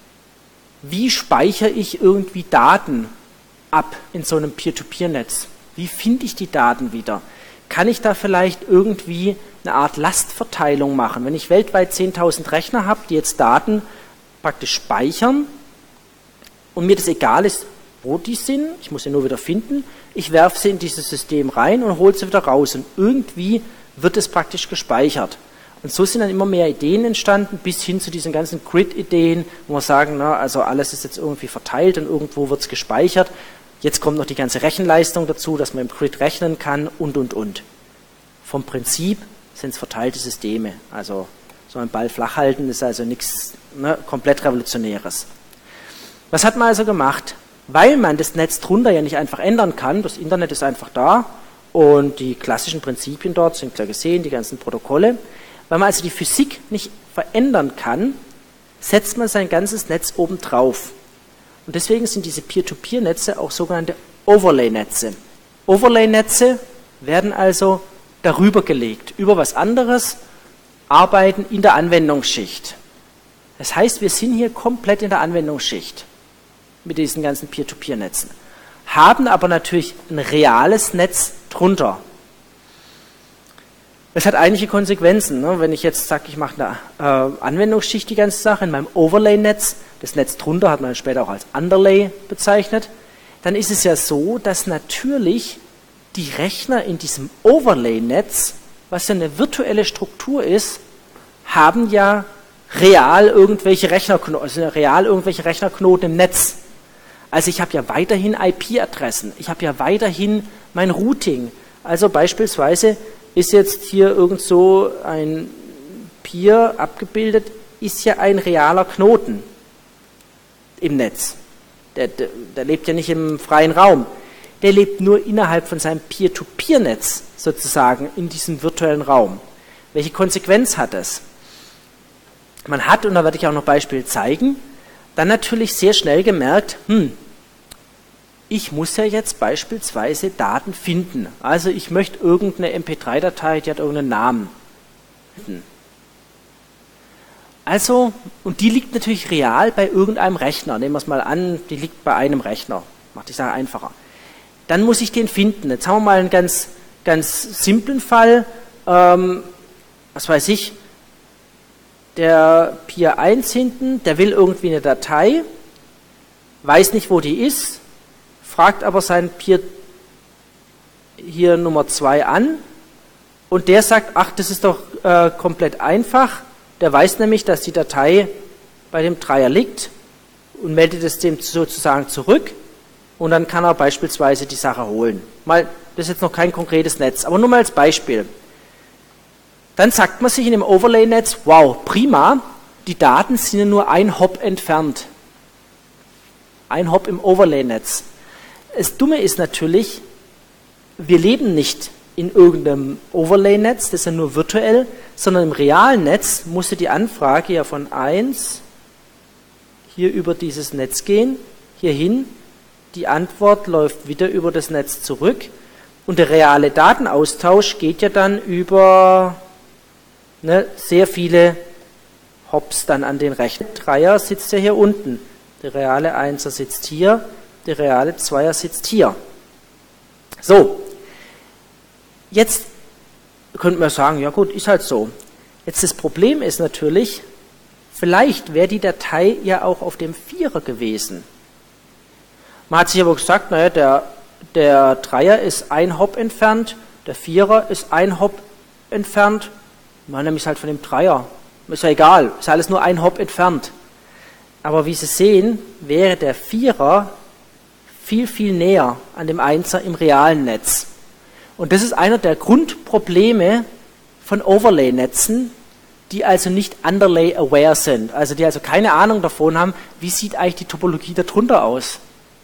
S1: wie speichere ich irgendwie Daten ab in so einem Peer-to-Peer-Netz? Wie finde ich die Daten wieder? Kann ich da vielleicht irgendwie eine Art Lastverteilung machen? Wenn ich weltweit zehntausend Rechner habe, die jetzt Daten praktisch speichern und mir das egal ist, wo die sind, ich muss sie nur wieder finden, ich werfe sie in dieses System rein und hole sie wieder raus und irgendwie wird es praktisch gespeichert. Und so sind dann immer mehr Ideen entstanden, bis hin zu diesen ganzen Grid-Ideen, wo wir sagen, na, also alles ist jetzt irgendwie verteilt und irgendwo wird es gespeichert. Jetzt kommt noch die ganze Rechenleistung dazu, dass man im Grid rechnen kann und, und, und. Vom Prinzip sind es verteilte Systeme. Also so ein Ball flach halten ist also nichts, ne, komplett Revolutionäres. Was hat man also gemacht? Weil man das Netz drunter ja nicht einfach ändern kann, das Internet ist einfach da und die klassischen Prinzipien dort sind klar gesehen, die ganzen Protokolle. Weil man also die Physik nicht verändern kann, setzt man sein ganzes Netz oben drauf. Und deswegen sind diese Peer-to-Peer-Netze auch sogenannte Overlay-Netze. Overlay-Netze werden also darüber gelegt, über was anderes, arbeiten in der Anwendungsschicht. Das heißt, wir sind hier komplett in der Anwendungsschicht mit diesen ganzen Peer-to-Peer-Netzen, haben aber natürlich ein reales Netz drunter. Das hat einige Konsequenzen. Ne? Wenn ich jetzt sage, ich mache eine äh, Anwendungsschicht, die ganze Sache, in meinem Overlay-Netz, das Netz drunter hat man später auch als Underlay bezeichnet, dann ist es ja so, dass natürlich die Rechner in diesem Overlay-Netz, was ja eine virtuelle Struktur ist, haben ja real irgendwelche Rechnerknoten, also real irgendwelche Rechnerknoten im Netz. Also ich habe ja weiterhin I P-Adressen, ich habe ja weiterhin mein Routing. Also beispielsweise ist jetzt hier irgend so ein Peer abgebildet, ist ja ein realer Knoten im Netz. Der, der, der lebt ja nicht im freien Raum. Der lebt nur innerhalb von seinem Peer-to-Peer-Netz sozusagen in diesem virtuellen Raum. Welche Konsequenz hat das? Man hat, und da werde ich auch noch Beispiele zeigen, dann natürlich sehr schnell gemerkt, hm, ich muss ja jetzt beispielsweise Daten finden. Also ich möchte irgendeine M P drei Datei, die hat irgendeinen Namen. Also, und die liegt natürlich real bei irgendeinem Rechner. Nehmen wir es mal an, die liegt bei einem Rechner. Macht die Sache einfacher. dann muss ich den finden. Jetzt haben wir mal einen ganz, ganz simplen Fall. Ähm, was weiß ich, der Peer eins hinten, der will irgendwie eine Datei, weiß nicht, wo die ist, fragt aber seinen Peer hier Nummer zwei an und der sagt, ach, das ist doch äh, komplett einfach. Der weiß nämlich, dass die Datei bei dem Dreier liegt und meldet es dem sozusagen zurück und dann kann er beispielsweise die Sache holen. Mal, das ist jetzt noch kein konkretes Netz, aber nur mal als Beispiel. Dann sagt man sich in dem Overlay-Netz, wow, prima, die Daten sind ja nur ein Hop entfernt. Ein Hop im Overlay-Netz. Das Dumme ist natürlich, wir leben nicht in irgendeinem Overlay-Netz, das ist ja nur virtuell, sondern im realen Netz musste die Anfrage ja von eins hier über dieses Netz gehen, hier hin, die Antwort läuft wieder über das Netz zurück und der reale Datenaustausch geht ja dann über ne, sehr viele Hops dann an den Rechner. Der Dreier sitzt ja hier unten, der reale Einser sitzt hier, der reale Zweier sitzt hier. So, jetzt könnte man sagen, ja gut, ist halt so. Jetzt das Problem ist natürlich, vielleicht wäre die Datei ja auch auf dem Vierer gewesen. Man hat sich aber gesagt, naja, der, der Dreier ist ein Hop entfernt, der Vierer ist ein Hop entfernt, man nimmt es halt von dem Dreier. Ist ja egal, ist alles nur ein Hop entfernt. Aber wie Sie sehen, wäre der Vierer viel, viel näher an dem Einser im realen Netz. Und das ist einer der Grundprobleme von Overlay-Netzen, die also nicht Underlay-aware sind, also die also keine Ahnung davon haben, wie sieht eigentlich die Topologie darunter aus.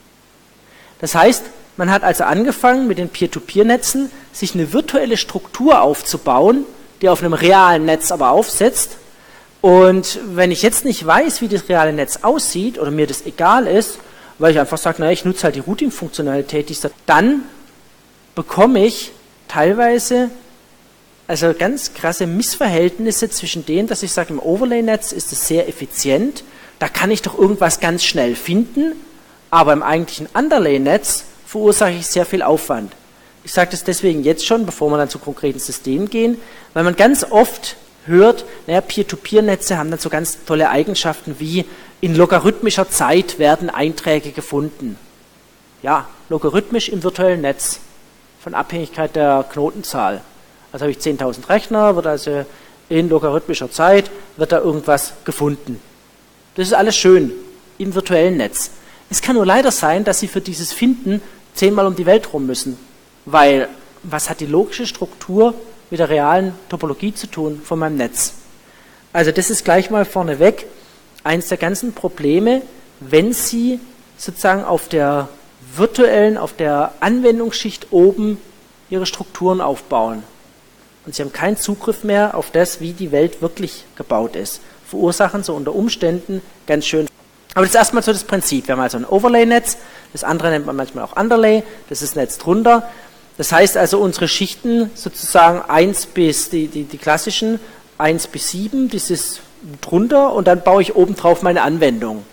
S1: Das heißt, man hat also angefangen mit den Peer-to-Peer-Netzen, sich eine virtuelle Struktur aufzubauen, die auf einem realen Netz aber aufsetzt. Und wenn ich jetzt nicht weiß, wie das reale Netz aussieht oder mir das egal ist, weil ich einfach sage, naja, ich nutze halt die Routing-Funktionalität, die ist da, dann bekomme ich teilweise also ganz krasse Missverhältnisse zwischen denen, dass ich sage, im Overlay-Netz ist es sehr effizient, da kann ich doch irgendwas ganz schnell finden, aber im eigentlichen Underlay-Netz verursache ich sehr viel Aufwand. Ich sage das deswegen jetzt schon, bevor wir dann zu konkreten Systemen gehen, weil man ganz oft hört, naja, Peer-to-Peer-Netze haben dann so ganz tolle Eigenschaften wie in logarithmischer Zeit werden Einträge gefunden. Ja, logarithmisch im virtuellen Netz von Abhängigkeit der Knotenzahl. Also habe ich zehntausend Rechner, wird also in logarithmischer Zeit, wird da irgendwas gefunden. Das ist alles schön im virtuellen Netz. Es kann nur leider sein, dass Sie für dieses Finden zehnmal um die Welt rum müssen, weil was hat die logische Struktur mit der realen Topologie zu tun von meinem Netz? Also das ist gleich mal vorneweg eines der ganzen Probleme, wenn Sie sozusagen auf der virtuellen, auf der Anwendungsschicht oben Ihre Strukturen aufbauen. Und Sie haben keinen Zugriff mehr auf das, wie die Welt wirklich gebaut ist. Verursachen so unter Umständen ganz schön. Aber das ist erstmal so das Prinzip. Wir haben also ein Overlay-Netz, das andere nennt man manchmal auch Underlay, das ist das Netz drunter. Das heißt also, unsere Schichten sozusagen eins bis, die, die, die klassischen eins bis sieben, das ist drunter und dann baue ich oben drauf meine Anwendung.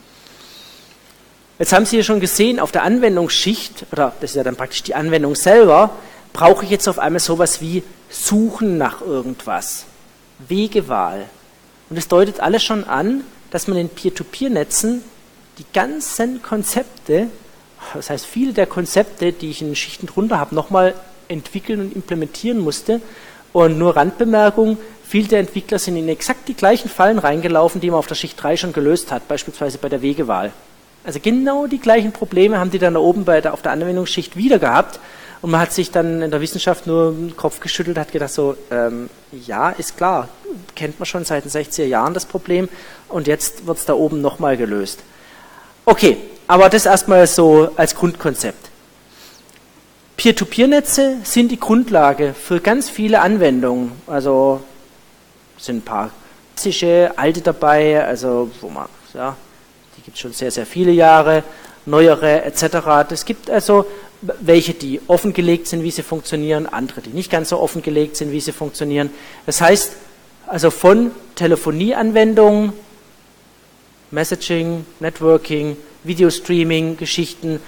S1: Jetzt haben Sie hier schon gesehen, auf der Anwendungsschicht, oder das ist ja dann praktisch die Anwendung selber, brauche ich jetzt auf einmal sowas wie Suchen nach irgendwas, Wegewahl. Und das deutet alles schon an, dass man in Peer-to-Peer-Netzen die ganzen Konzepte, das heißt viele der Konzepte, die ich in Schichten drunter habe, nochmal entwickeln und implementieren musste. Und nur Randbemerkung, viele der Entwickler sind in exakt die gleichen Fallen reingelaufen, die man auf der Schicht drei schon gelöst hat, beispielsweise bei der Wegewahl. Also genau die gleichen Probleme haben die dann da oben bei der, auf der Anwendungsschicht wieder gehabt. Und man hat sich dann in der Wissenschaft nur den Kopf geschüttelt, hat gedacht so, ähm, ja, ist klar, kennt man schon seit den sechziger Jahren das Problem und jetzt wird es da oben nochmal gelöst. Okay, aber das erstmal so als Grundkonzept. Peer-to-Peer-Netze sind die Grundlage für ganz viele Anwendungen. Also sind ein paar klassische, alte dabei, also wo man, ja, die gibt es schon sehr, sehr viele Jahre, neuere et cetera. Es gibt also welche, die offengelegt sind, wie sie funktionieren, andere, die nicht ganz so offengelegt sind, wie sie funktionieren. Das heißt, also von Telefonieanwendungen, Messaging, Networking, Videostreaming, Geschichten,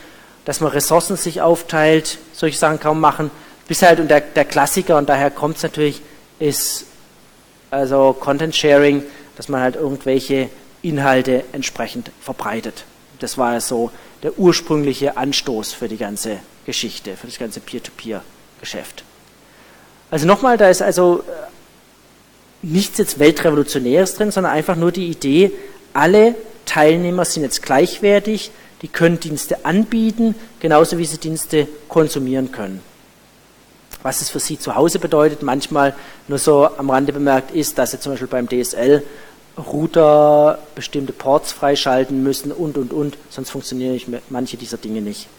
S1: dass man Ressourcen sich aufteilt, solche Sachen kaum machen. Bis halt, und der, der Klassiker, und daher kommt es natürlich, ist also Content Sharing, dass man halt irgendwelche Inhalte entsprechend verbreitet. Das war ja so der ursprüngliche Anstoß für die ganze Geschichte, für das ganze Peer-to-Peer-Geschäft. Also nochmal, da ist also nichts jetzt Weltrevolutionäres drin, sondern einfach nur die Idee, alle Teilnehmer sind jetzt gleichwertig, die können Dienste anbieten, genauso wie sie Dienste konsumieren können. Was es für sie zu Hause bedeutet, manchmal nur so am Rande bemerkt, ist, dass sie zum Beispiel beim D S L-Router bestimmte Ports freischalten müssen und, und, und, sonst funktionieren manche dieser Dinge nicht.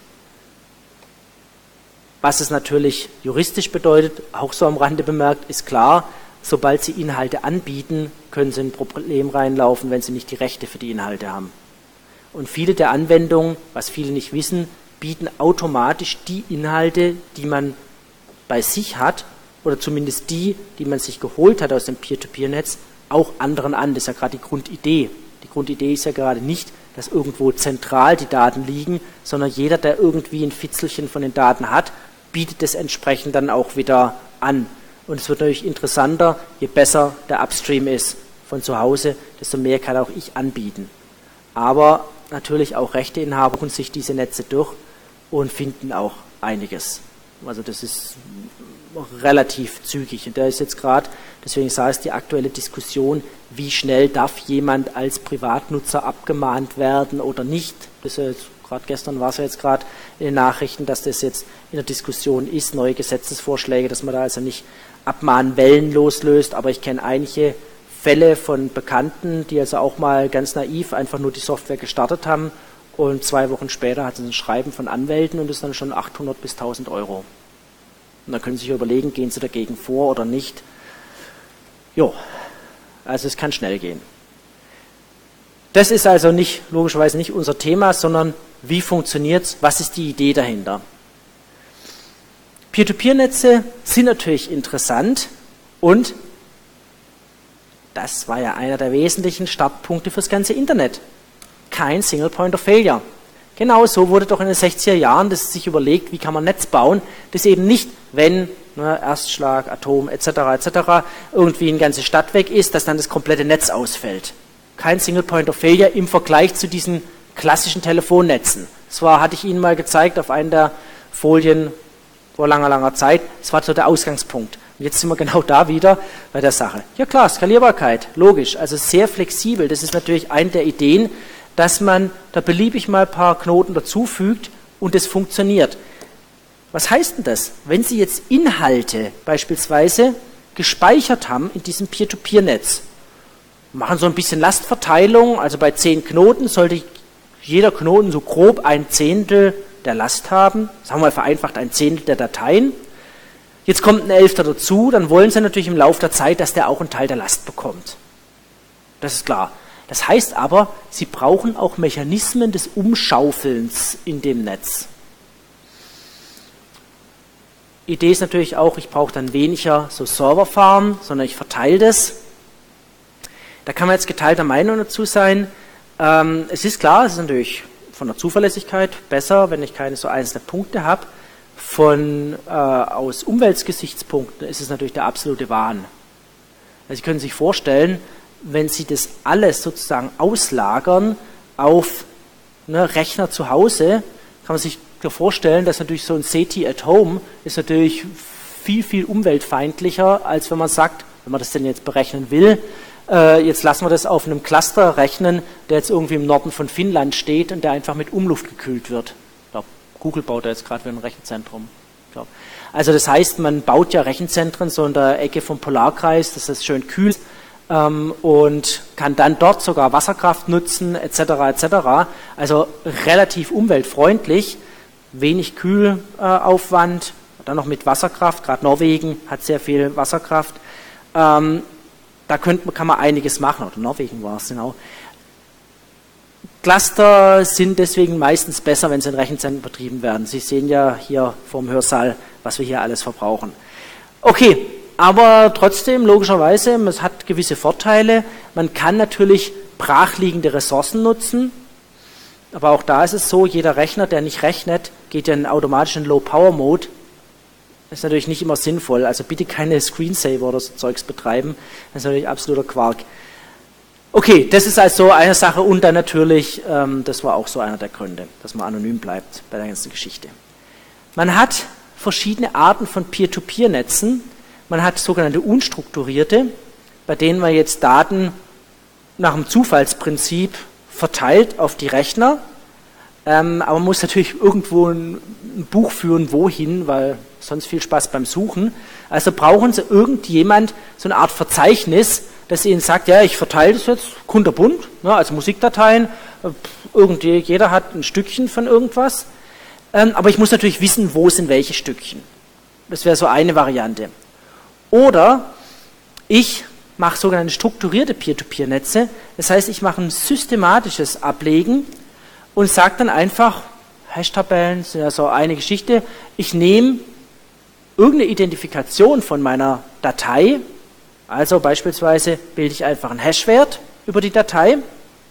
S1: Was es natürlich juristisch bedeutet, auch so am Rande bemerkt, ist klar, sobald sie Inhalte anbieten, können sie in ein Problem reinlaufen, wenn sie nicht die Rechte für die Inhalte haben. Und viele der Anwendungen, was viele nicht wissen, bieten automatisch die Inhalte, die man bei sich hat, oder zumindest die, die man sich geholt hat aus dem Peer-to-Peer-Netz, auch anderen an. Das ist ja gerade die Grundidee. Die Grundidee ist ja gerade nicht, dass irgendwo zentral die Daten liegen, sondern jeder, der irgendwie ein Fitzelchen von den Daten hat, bietet es entsprechend dann auch wieder an. Und es wird natürlich interessanter, je besser der Upstream ist von zu Hause, desto mehr kann auch ich anbieten. Aber natürlich auch Rechteinhaber suchen sich diese Netze durch und finden auch einiges. Also das ist relativ zügig. Und da ist jetzt gerade, deswegen sage ich, die aktuelle Diskussion, wie schnell darf jemand als Privatnutzer abgemahnt werden oder nicht. Das ist ja jetzt, gerade gestern war es ja jetzt gerade in den Nachrichten, dass das jetzt in der Diskussion ist, neue Gesetzesvorschläge, dass man da also nicht Abmahnwellen loslöst. Aber ich kenne einige Fälle von Bekannten, die also auch mal ganz naiv einfach nur die Software gestartet haben und zwei Wochen später hat es ein Schreiben von Anwälten und das ist dann schon achthundert bis tausend Euro. Und dann können Sie sich überlegen, gehen Sie dagegen vor oder nicht. Jo, also es kann schnell gehen. Das ist also nicht, logischerweise nicht unser Thema, sondern wie funktioniert es, was ist die Idee dahinter? Peer-to-Peer-Netze sind natürlich interessant und das war ja einer der wesentlichen Startpunkte fürs ganze Internet. Kein Single Point of Failure. Genau so wurde doch in den sechziger Jahren das sich überlegt, wie kann man ein Netz bauen, das eben nicht, wenn ne, Erstschlag, Atom et cetera et cetera irgendwie eine ganze Stadt weg ist, dass dann das komplette Netz ausfällt. Kein Single Point of Failure im Vergleich zu diesen klassischen Telefonnetzen. Das war, hatte ich Ihnen mal gezeigt auf einer der Folien vor langer, langer Zeit. Das war so der Ausgangspunkt. Und jetzt sind wir genau da wieder bei der Sache. Ja klar, Skalierbarkeit, logisch, also sehr flexibel. Das ist natürlich eine der Ideen, dass man da beliebig mal ein paar Knoten dazufügt und es funktioniert. Was heißt denn das? Wenn Sie jetzt Inhalte beispielsweise gespeichert haben in diesem Peer-to-Peer-Netz, machen so ein bisschen Lastverteilung, also bei zehn Knoten sollte jeder Knoten so grob ein Zehntel der Last haben, sagen wir mal vereinfacht ein Zehntel der Dateien. Jetzt kommt ein Elfter dazu, dann wollen Sie natürlich im Laufe der Zeit, dass der auch einen Teil der Last bekommt. Das ist klar. Das heißt aber, Sie brauchen auch Mechanismen des Umschaufelns in dem Netz. Idee ist natürlich auch, ich brauche dann weniger so Serverfarmen, sondern ich verteile das. Da kann man jetzt geteilter Meinung dazu sein. Ähm, es ist klar, es ist natürlich von der Zuverlässigkeit besser, wenn ich keine so einzelnen Punkte habe. Von, äh, aus Umweltgesichtspunkten ist es natürlich der absolute Wahn. Also Sie können sich vorstellen, wenn Sie das alles sozusagen auslagern auf ne, Rechner zu Hause, kann man sich vorstellen, dass natürlich so ein S E T I at Home ist natürlich viel, viel umweltfeindlicher, als wenn man sagt, wenn man das denn jetzt berechnen will, äh, jetzt lassen wir das auf einem Cluster rechnen, der jetzt irgendwie im Norden von Finnland steht und der einfach mit Umluft gekühlt wird. Ich glaube, Google baut da jetzt gerade wieder ein Rechenzentrum. Ich glaub. Also das heißt, man baut ja Rechenzentren so in der Ecke vom Polarkreis, dass das schön kühl ist. Und kann dann dort sogar Wasserkraft nutzen, et cetera et cetera. Also relativ umweltfreundlich, wenig Kühlaufwand, dann noch mit Wasserkraft, gerade Norwegen hat sehr viel Wasserkraft. Ähm, da könnte, kann man einiges machen, oder Norwegen war es genau. Cluster sind deswegen meistens besser, wenn sie in Rechenzentren betrieben werden. Sie sehen ja hier vom Hörsaal, was wir hier alles verbrauchen. Okay. Aber trotzdem, logischerweise, es hat gewisse Vorteile. Man kann natürlich brachliegende Ressourcen nutzen. Aber auch da ist es so, jeder Rechner, der nicht rechnet, geht ja in automatischen Low-Power-Mode. Das ist natürlich nicht immer sinnvoll. Also bitte keine Screensaver oder so Zeugs betreiben. Das ist natürlich absoluter Quark. Okay, das ist also eine Sache. Und dann natürlich, ähm, das war auch so einer der Gründe, dass man anonym bleibt bei der ganzen Geschichte. Man hat verschiedene Arten von Peer-to-Peer-Netzen. Man hat sogenannte unstrukturierte, bei denen man jetzt Daten nach dem Zufallsprinzip verteilt auf die Rechner, ähm, aber man muss natürlich irgendwo ein, ein Buch führen, wohin, weil sonst viel Spaß beim Suchen. Also brauchen Sie irgendjemand, so eine Art Verzeichnis, das Ihnen sagt, ja, ich verteile das jetzt kunterbunt, ne, also Musikdateien, irgendwie, jeder hat ein Stückchen von irgendwas, ähm, aber ich muss natürlich wissen, wo sind welche Stückchen. Das wäre so eine Variante. Oder ich mache sogenannte strukturierte Peer-to-Peer-Netze. Das heißt, ich mache ein systematisches Ablegen und sage dann einfach, Hash-Tabellen sind ja so eine Geschichte, ich nehme irgendeine Identifikation von meiner Datei, also beispielsweise bilde ich einfach einen Hash-Wert über die Datei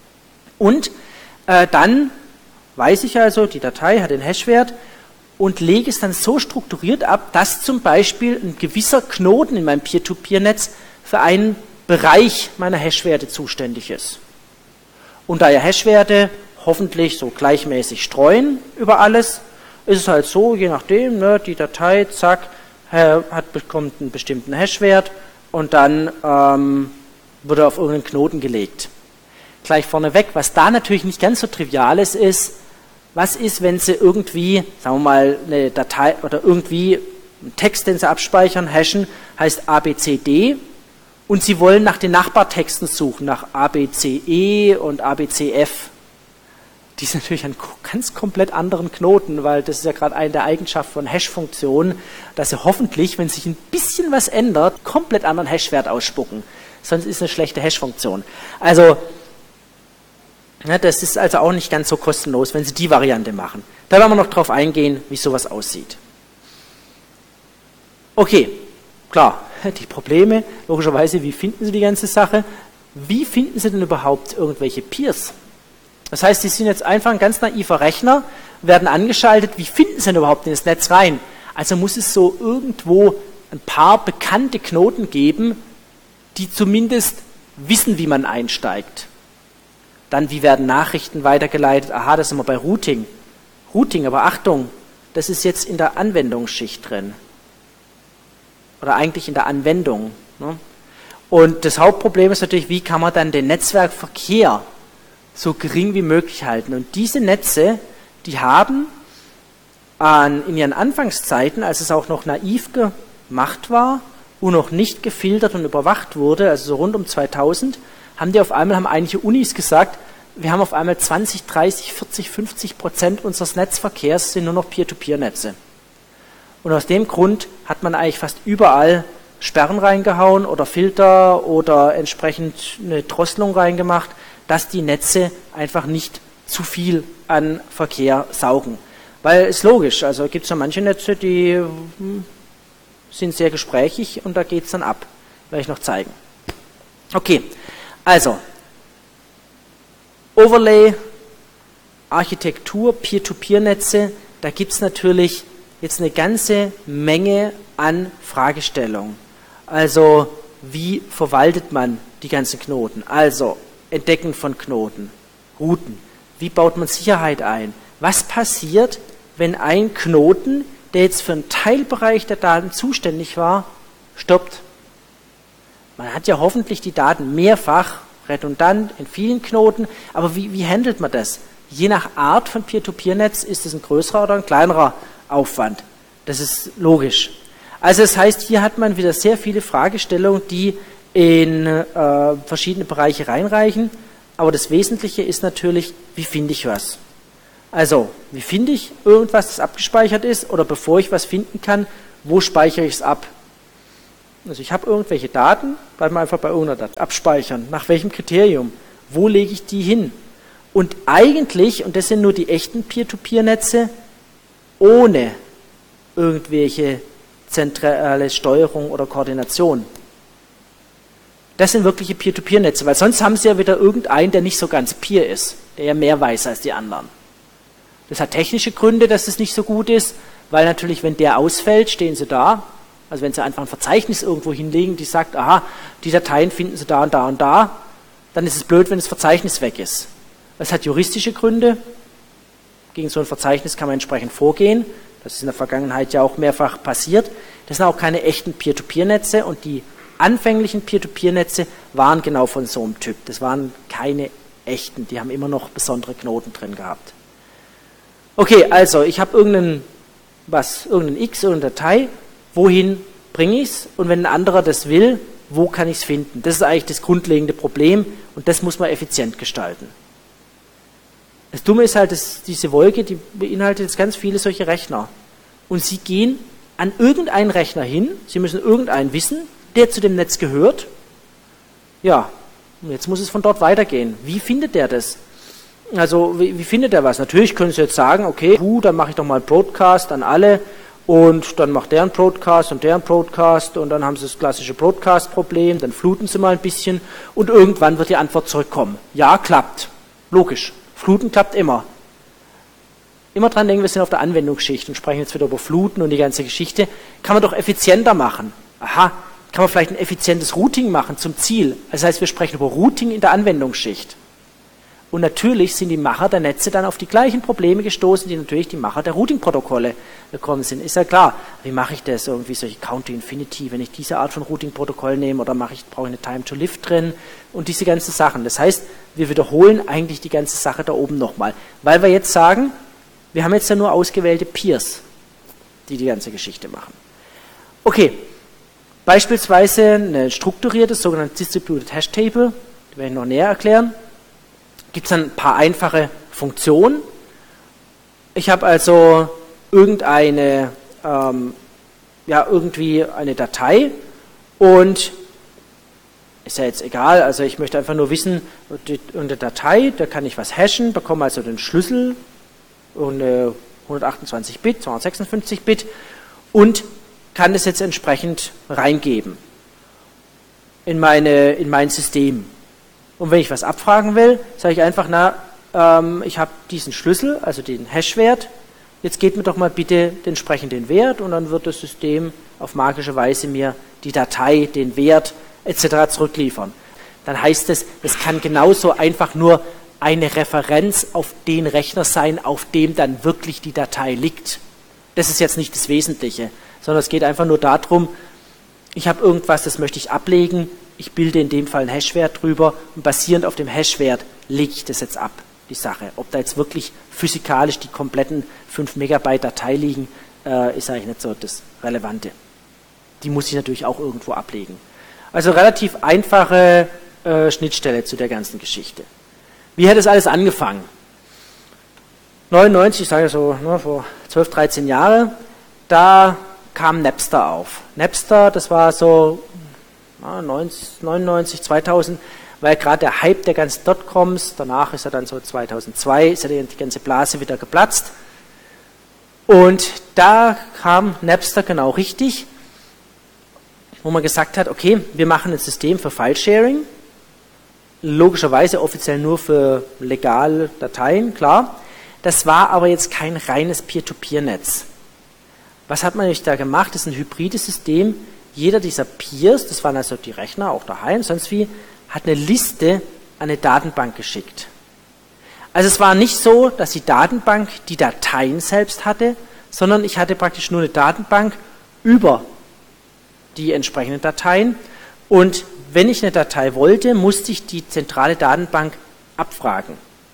S1: und äh, dann weiß ich also, die Datei hat den Hash-Wert und lege es dann so strukturiert ab, dass zum Beispiel ein gewisser Knoten in meinem Peer-to-Peer-Netz für einen Bereich meiner Hashwerte zuständig ist. Und da ja Hashwerte hoffentlich so gleichmäßig streuen über alles, ist es halt so, je nachdem, ne, die Datei, zack, hat, bekommt einen bestimmten Hashwert und dann ähm, wird er auf irgendeinen Knoten gelegt. Gleich vorneweg, was da natürlich nicht ganz so trivial ist, ist, was ist, wenn Sie irgendwie, sagen wir mal, eine Datei oder irgendwie einen Text, den Sie abspeichern, hashen, heißt A B C D, und Sie wollen nach den Nachbartexten suchen, nach A B C E und A B C F. Die sind natürlich an ganz komplett anderen Knoten, weil das ist ja gerade eine der Eigenschaften von Hash-Funktionen, dass sie hoffentlich, wenn sich ein bisschen was ändert, komplett anderen Hash-Wert ausspucken. Sonst ist es eine schlechte Hash-Funktion. Also, ja, das ist also auch nicht ganz so kostenlos, wenn Sie die Variante machen. Da werden wir noch drauf eingehen, wie sowas aussieht. Okay, klar. Die Probleme, logischerweise, wie finden Sie die ganze Sache? Wie finden Sie denn überhaupt irgendwelche Peers? Das heißt, Sie sind jetzt einfach ein ganz naiver Rechner, werden angeschaltet, wie finden Sie denn überhaupt in das Netz rein? Also muss es so irgendwo ein paar bekannte Knoten geben, die zumindest wissen, wie man einsteigt. Dann, wie werden Nachrichten weitergeleitet? Aha, da sind wir bei Routing. Routing, aber Achtung, das ist jetzt in der Anwendungsschicht drin. Oder eigentlich in der Anwendung. Ne? Und das Hauptproblem ist natürlich, wie kann man dann den Netzwerkverkehr so gering wie möglich halten. Und diese Netze, die haben an, in ihren Anfangszeiten, als es auch noch naiv gemacht war und noch nicht gefiltert und überwacht wurde, also so rund um zweitausend, haben die auf einmal, haben einige Unis gesagt, wir haben auf einmal zwanzig, dreißig, vierzig, fünfzig Prozent unseres Netzverkehrs sind nur noch Peer-to-Peer-Netze. Und aus dem Grund hat man eigentlich fast überall Sperren reingehauen oder Filter oder entsprechend eine Drosselung reingemacht, dass die Netze einfach nicht zu viel an Verkehr saugen. Weil es ist logisch, also gibt es ja manche Netze, die hm, sind sehr gesprächig und da geht es dann ab. Werde ich noch zeigen. Okay, also Overlay, Architektur, Peer-to-Peer-Netze, da gibt es natürlich jetzt eine ganze Menge an Fragestellungen. Also, wie verwaltet man die ganzen Knoten? Also, Entdecken von Knoten, Routen. Wie baut man Sicherheit ein? Was passiert, wenn ein Knoten, der jetzt für einen Teilbereich der Daten zuständig war, stoppt? Man hat ja hoffentlich die Daten mehrfach, redundant, in vielen Knoten, aber wie, wie handelt man das? Je nach Art von Peer-to-Peer-Netz ist es ein größerer oder ein kleinerer Aufwand. Das ist logisch. Also das heißt, hier hat man wieder sehr viele Fragestellungen, die in äh, verschiedene Bereiche reinreichen. Aber das Wesentliche ist natürlich, wie finde ich was? Also, wie finde ich irgendwas, das abgespeichert ist? Oder bevor ich was finden kann, wo speichere ich es ab? Also ich habe irgendwelche Daten, bleiben wir einfach bei irgendeiner Datei. Abspeichern. Nach welchem Kriterium? Wo lege ich die hin? Und eigentlich, und das sind nur die echten Peer-to-Peer-Netze, ohne irgendwelche zentrale Steuerung oder Koordination. Das sind wirkliche Peer-to-Peer-Netze, weil sonst haben Sie ja wieder irgendeinen, der nicht so ganz Peer ist.
S2: der ja mehr weiß als die anderen. Das hat technische Gründe, dass es nicht so gut ist, weil natürlich, wenn der ausfällt, stehen Sie da. Also wenn Sie einfach ein Verzeichnis irgendwo hinlegen, die sagt, aha, die Dateien finden Sie da und da und da, dann ist es blöd, wenn das Verzeichnis weg ist. Das hat juristische Gründe. Gegen so ein Verzeichnis kann man entsprechend vorgehen. Das ist in der Vergangenheit ja auch mehrfach passiert. Das sind auch keine echten Peer-to-Peer-Netze und die anfänglichen Peer-to-Peer-Netze waren genau von so einem Typ. Das waren keine echten, die haben immer noch besondere Knoten drin gehabt. Okay, also ich habe irgendeinen, was, irgendein X, irgendeine Datei, wohin bringe ich es? Und wenn ein anderer das will, wo kann ich es finden? Das ist eigentlich das grundlegende Problem und das muss man effizient gestalten. Das Dumme ist halt, dass diese Wolke, die beinhaltet jetzt ganz viele solche Rechner. Und Sie gehen an irgendeinen Rechner hin, Sie müssen irgendeinen wissen, der zu dem Netz gehört. Ja, und jetzt muss es von dort weitergehen. Wie findet der das? Also, wie, wie findet er was? Natürlich können Sie jetzt sagen, okay, puh, dann mache ich doch mal einen Broadcast an alle und dann macht der einen Broadcast und der einen Broadcast und dann haben Sie das klassische Broadcast-Problem, dann fluten Sie mal ein bisschen und irgendwann wird die Antwort zurückkommen. Ja, klappt. Logisch. Fluten klappt immer. Immer dran denken, wir sind auf der Anwendungsschicht und sprechen jetzt wieder über Fluten und die ganze Geschichte. Kann man doch effizienter machen. Aha, kann man vielleicht ein effizientes Routing machen zum Ziel. Das heißt, wir sprechen über Routing in der Anwendungsschicht. Und natürlich sind die Macher der Netze dann auf die gleichen Probleme gestoßen, die natürlich die Macher der Routing-Protokolle gekommen sind. Ist ja klar, wie mache ich das? Irgendwie solche Count to Infinity, wenn ich diese Art von Routing-Protokoll nehme oder mache ich, brauche ich eine Time to Live drin und diese ganzen Sachen. Das heißt, wir wiederholen eigentlich die ganze Sache da oben nochmal. Weil wir jetzt sagen, wir haben jetzt ja nur ausgewählte Peers, die die ganze Geschichte machen. Okay, beispielsweise ein strukturiertes, sogenanntes Distributed Hash Table, das werde ich noch näher erklären. Gibt es dann ein paar einfache Funktionen. Ich habe also irgendeine, ähm, ja, irgendwie eine Datei und ist ja jetzt egal, also ich möchte einfach nur wissen, die, eine Datei, da kann ich was hashen, bekomme also den Schlüssel und äh, hundertachtundzwanzig Bit, zweihundertsechsundfünfzig Bit und kann das jetzt entsprechend reingeben in, meine, in mein System. Und wenn ich was abfragen will, sage ich einfach, na, ähm, ich habe diesen Schlüssel, also den Hash-Wert, jetzt gebt mir doch mal bitte den entsprechenden Wert und dann wird das System auf magische Weise mir die Datei, den Wert et cetera zurückliefern. Dann heißt es, es kann genauso einfach nur eine Referenz auf den Rechner sein, auf dem dann wirklich die Datei liegt. Das ist jetzt nicht das Wesentliche, sondern es geht einfach nur darum, ich habe irgendwas, das möchte ich ablegen, ich bilde in dem Fall einen Hashwert drüber und basierend auf dem Hashwert lege ich das jetzt ab, die Sache. Ob da jetzt wirklich physikalisch die kompletten fünf Megabyte Datei liegen, äh, ist eigentlich nicht so das Relevante. Die muss ich natürlich auch irgendwo ablegen. Also relativ einfache äh, Schnittstelle zu der ganzen Geschichte. Wie hat das alles angefangen? neunundneunzig, ich sage so, ne, vor zwölf, dreizehn Jahren, da kam Napster auf. Napster, das war so neunundneunzig, zweitausend, weil gerade der Hype der ganzen Dotcoms, danach ist er dann so zweitausendzwei, ist ja die ganze Blase wieder geplatzt. Und da kam Napster genau richtig, wo man gesagt hat, okay, wir machen ein System für File-Sharing, logischerweise offiziell nur für legale Dateien, klar. Das war aber jetzt kein reines Peer-to-Peer-Netz. Was hat man nämlich da gemacht? Das ist ein hybrides System. Jeder dieser Peers, das waren also die Rechner, auch daheim, sonst wie, hat eine Liste an eine Datenbank geschickt. Also es war nicht so, dass die Datenbank die Dateien selbst hatte, sondern ich hatte praktisch nur eine Datenbank über die entsprechenden Dateien. Und wenn ich eine Datei wollte, musste ich die zentrale Datenbank abfragen.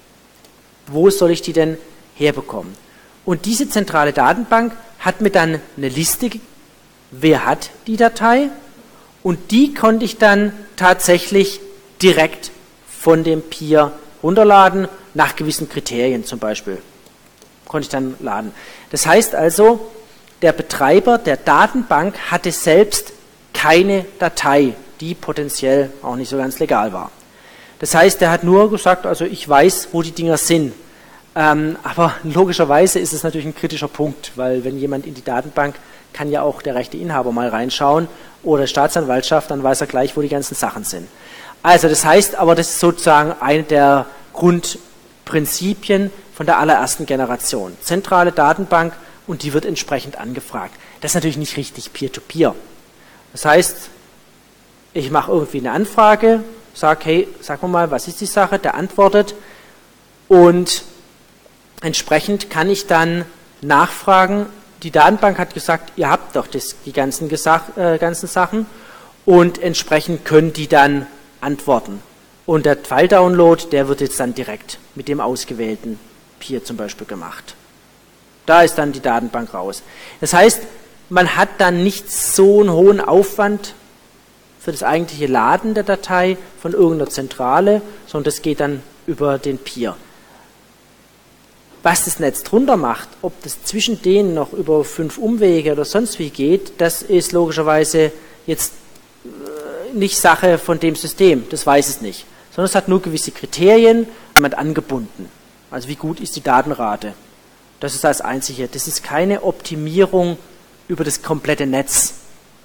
S2: Wo soll ich die denn herbekommen? Und diese zentrale Datenbank hat mir dann eine Liste gegeben, wer hat die Datei, und die konnte ich dann tatsächlich direkt von dem Peer runterladen, nach gewissen Kriterien zum Beispiel. Konnte ich dann laden. Das heißt also, der Betreiber der Datenbank hatte selbst keine Datei, die potenziell auch nicht so ganz legal war. Das heißt, er hat nur gesagt, also ich weiß, wo die Dinger sind. Ähm, aber logischerweise ist es natürlich ein kritischer Punkt, weil wenn jemand in die Datenbank, kann ja auch der rechte Inhaber mal reinschauen oder Staatsanwaltschaft, dann weiß er gleich, wo die ganzen Sachen sind. Also das heißt aber, das ist sozusagen eine der Grund, Prinzipien von der allerersten Generation. Zentrale Datenbank und die wird entsprechend angefragt. Das ist natürlich nicht richtig Peer-to-Peer. Das heißt, ich mache irgendwie eine Anfrage, sage, hey, sag mal, was ist die Sache? Der antwortet und entsprechend kann ich dann nachfragen. Die Datenbank hat gesagt, ihr habt doch das, die ganzen, Gesach, äh, ganzen Sachen und entsprechend können die dann antworten. Und der File-Download, der wird jetzt dann direkt mit dem ausgewählten Peer zum Beispiel gemacht. Da ist dann die Datenbank raus. Das heißt, man hat dann nicht so einen hohen Aufwand für das eigentliche Laden der Datei von irgendeiner Zentrale, sondern das geht dann über den Peer. Was das Netz drunter macht, ob das zwischen denen noch über fünf Umwege oder sonst wie geht, das ist logischerweise jetzt nicht Sache von dem System, das weiß es nicht, sondern es hat nur gewisse Kriterien, jemand angebunden. Also wie gut ist die Datenrate? Das ist das Einzige. Das ist keine Optimierung über das komplette Netz.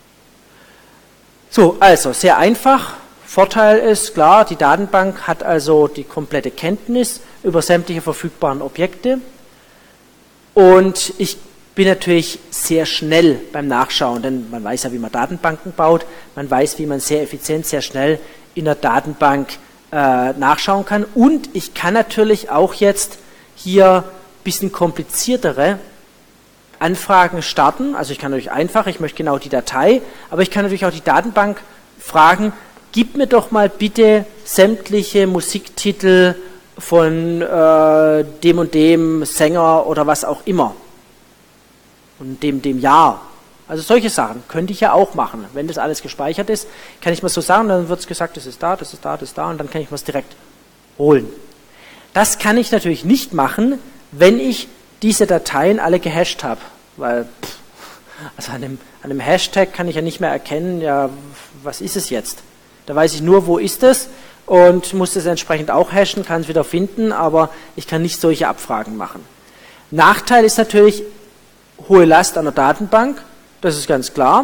S2: So, also sehr einfach. Vorteil ist, klar, die Datenbank hat also die komplette Kenntnis über sämtliche verfügbaren Objekte und ich bin natürlich sehr schnell beim Nachschauen, denn man weiß ja, wie man Datenbanken baut, man weiß, wie man sehr effizient, sehr schnell in der Datenbank äh, nachschauen kann und ich kann natürlich auch jetzt hier ein bisschen kompliziertere Anfragen starten, also ich kann natürlich einfach, ich möchte genau die Datei, aber ich kann natürlich auch die Datenbank fragen, gib mir doch mal bitte sämtliche Musiktitel von äh, dem und dem Sänger oder was auch immer. Und dem, dem Jahr. Also solche Sachen könnte ich ja auch machen. Wenn das alles gespeichert ist, kann ich mal so sagen, dann wird es gesagt, das ist da, das ist da, das ist da und dann kann ich es direkt holen. Das kann ich natürlich nicht machen, wenn ich diese Dateien alle gehasht habe. Weil, pff, also an einem, an einem Hashtag kann ich ja nicht mehr erkennen, ja, was ist es jetzt? Da weiß ich nur, wo ist es und muss das entsprechend auch hashen, kann es wieder finden, aber ich kann nicht solche Abfragen machen. Nachteil ist natürlich hohe Last an der Datenbank, das ist ganz klar.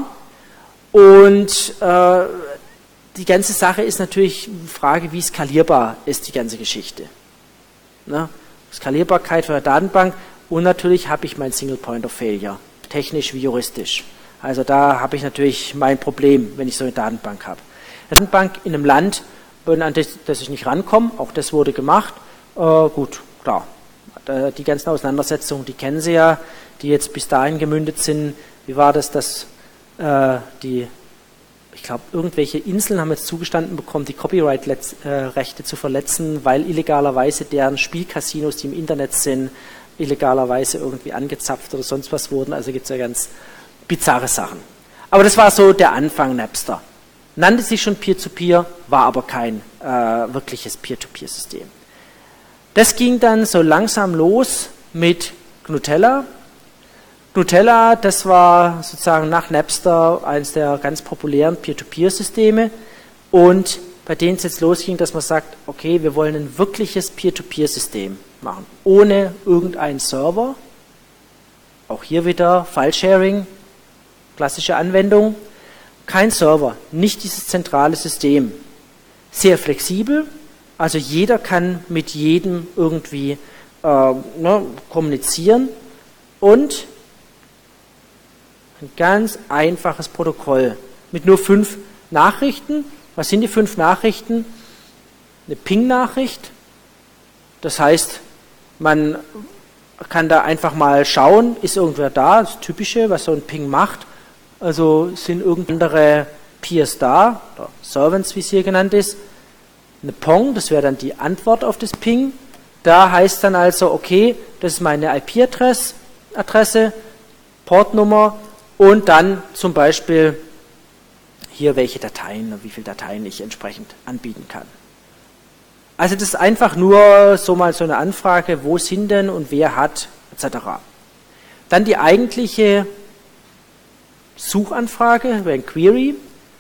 S2: Und äh, die ganze Sache ist natürlich die Frage, wie skalierbar ist die ganze Geschichte. Ne? Skalierbarkeit von der Datenbank und natürlich habe ich mein Single Point of Failure, technisch wie juristisch. Also da habe ich natürlich mein Problem, wenn ich so eine Datenbank habe. Datenbank in einem Land, an das, das ich nicht rankomme, auch das wurde gemacht. Äh, gut, klar. Die ganzen Auseinandersetzungen, die kennen Sie ja, die jetzt bis dahin gemündet sind. Wie war das, dass äh, die, ich glaube, irgendwelche Inseln haben jetzt zugestanden bekommen, die Copyright-Rechte zu verletzen, weil illegalerweise deren Spielcasinos, die im Internet sind, illegalerweise irgendwie angezapft oder sonst was wurden. Also gibt es ja ganz bizarre Sachen. Aber das war so der Anfang Napster. Nannte sich schon Peer-to-Peer, war aber kein äh, wirkliches Peer-to-Peer-System. Das ging dann so langsam los mit Gnutella. Gnutella, das war sozusagen nach Napster eines der ganz populären Peer-to-Peer-Systeme und bei denen es jetzt losging, dass man sagt, okay, wir wollen ein wirkliches Peer-to-Peer-System machen, ohne irgendeinen Server. Auch hier wieder File-Sharing, klassische Anwendung. Kein Server, nicht dieses zentrale System. Sehr flexibel, also jeder kann mit jedem irgendwie äh, ne, kommunizieren und ein ganz einfaches Protokoll mit nur fünf Nachrichten. Was sind die fünf Nachrichten? Eine Ping-Nachricht, das heißt, man kann da einfach mal schauen, ist irgendwer da, das Typische, was so ein Ping macht. Also sind irgendwelche Peers da, oder Servants, wie es hier genannt ist. Eine Pong, das wäre dann die Antwort auf das Ping. Da heißt dann also, okay, das ist meine I P-Adresse, Portnummer und dann zum Beispiel hier welche Dateien, wie viele Dateien ich entsprechend anbieten kann. Also das ist einfach nur so mal so eine Anfrage, wo sind denn und wer hat, et cetera. Dann die eigentliche Suchanfrage über ein Query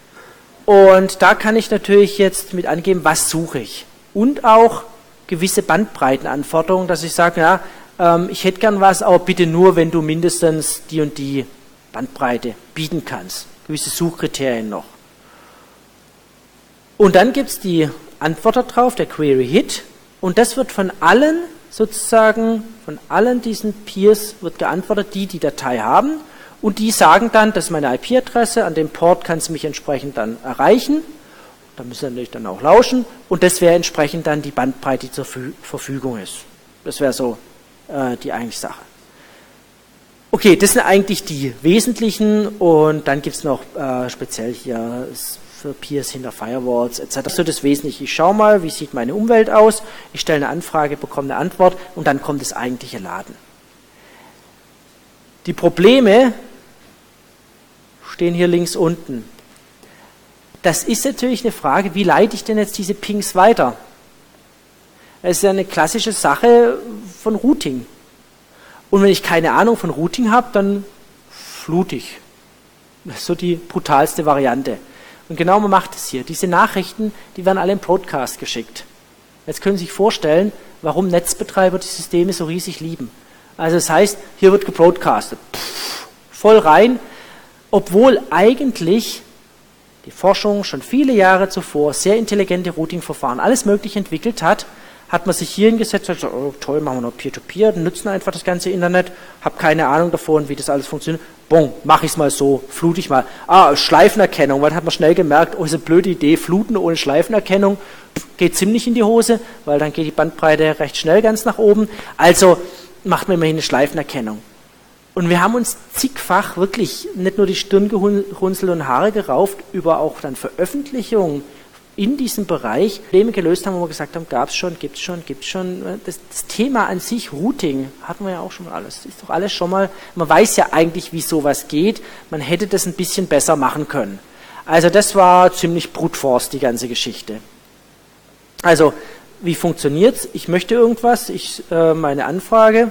S2: und da kann ich natürlich jetzt mit angeben, was suche ich und auch gewisse Bandbreitenanforderungen, dass ich sage, ja, ähm, ich hätte gern was, aber bitte nur, wenn du mindestens die und die Bandbreite bieten kannst, gewisse Suchkriterien noch. Und dann gibt es die Antwort darauf, der Query Hit, Und das wird von allen sozusagen, von allen diesen Peers wird geantwortet, die die Datei haben. Und die sagen dann, das ist meine I P-Adresse, an dem Port kann sie mich entsprechend dann erreichen. Da müssen sie natürlich dann auch lauschen. Und das wäre entsprechend dann die Bandbreite, die zur Verfügung ist. Das wäre so äh, die eigentliche Sache. Okay, das sind eigentlich die wesentlichen. Und dann gibt es noch äh, speziell hier für Peers hinter Firewalls et cetera. Das ist so das Wesentliche. Ich schaue mal, wie sieht meine Umwelt aus. Ich stelle eine Anfrage, bekomme eine Antwort und dann kommt das eigentliche Laden. Die Probleme stehen hier links unten. Das ist natürlich eine Frage, wie leite ich denn jetzt diese Pings weiter? Das ist ja eine klassische Sache von Routing. Und wenn ich keine Ahnung von Routing habe, dann flute ich. Das ist so die brutalste Variante. Und genau man macht es hier. Diese Nachrichten, die werden alle im Broadcast geschickt. Jetzt können Sie sich vorstellen, warum Netzbetreiber die Systeme so riesig lieben. Also das heißt, hier wird gebroadcastet. Pff, voll rein. Obwohl eigentlich die Forschung schon viele Jahre zuvor sehr intelligente Routing-Verfahren, alles Mögliche entwickelt hat, hat man sich hier hingesetzt und gesagt, oh toll, machen wir noch Peer-to-Peer, -Peer, nutzen einfach das ganze Internet, habe keine Ahnung davon, wie das alles funktioniert. Bon, mache ich es mal so, flute ich mal. Ah, Schleifenerkennung, weil dann hat man schnell gemerkt, oh, ist eine blöde Idee, fluten ohne Schleifenerkennung, geht ziemlich in die Hose, weil dann geht die Bandbreite recht schnell ganz nach oben. Also macht man immerhin eine Schleifenerkennung. Und wir haben uns zigfach wirklich nicht nur die Stirn gerunzelt und Haare gerauft, über auch dann Veröffentlichungen in diesem Bereich Probleme gelöst haben, wo wir gesagt haben, gab es schon, gibt es schon, gibt es schon. Das, das Thema an sich, Routing, hatten wir ja auch schon mal alles. Das ist doch alles schon mal, man weiß ja eigentlich, wie sowas geht. Man hätte das ein bisschen besser machen können. Also das war ziemlich brute force, die ganze Geschichte. Also, wie funktioniert es? Ich möchte irgendwas, ich äh, meine Anfrage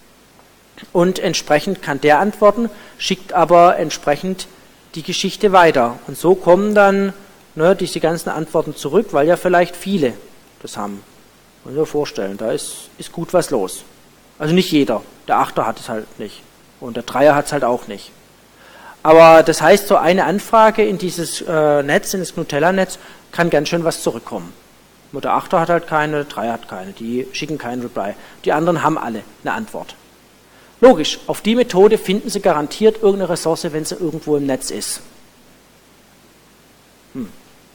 S2: und entsprechend kann der antworten, schickt aber entsprechend die Geschichte weiter. Und so kommen dann ne, diese ganzen Antworten zurück, weil ja vielleicht viele das haben. Muss ich mir vorstellen, da ist, ist gut was los. Also nicht jeder. Der Achter hat es halt nicht. Und der Dreier hat es halt auch nicht. Aber das heißt, so eine Anfrage in dieses äh, Netz, in das Gnutella-Netz, kann ganz schön was zurückkommen. Nur der Achter hat halt keine, der Dreier hat keine. Die schicken keinen Reply. Die anderen haben alle eine Antwort. Logisch, auf die Methode finden Sie garantiert irgendeine Ressource, wenn sie irgendwo im Netz ist. Hm.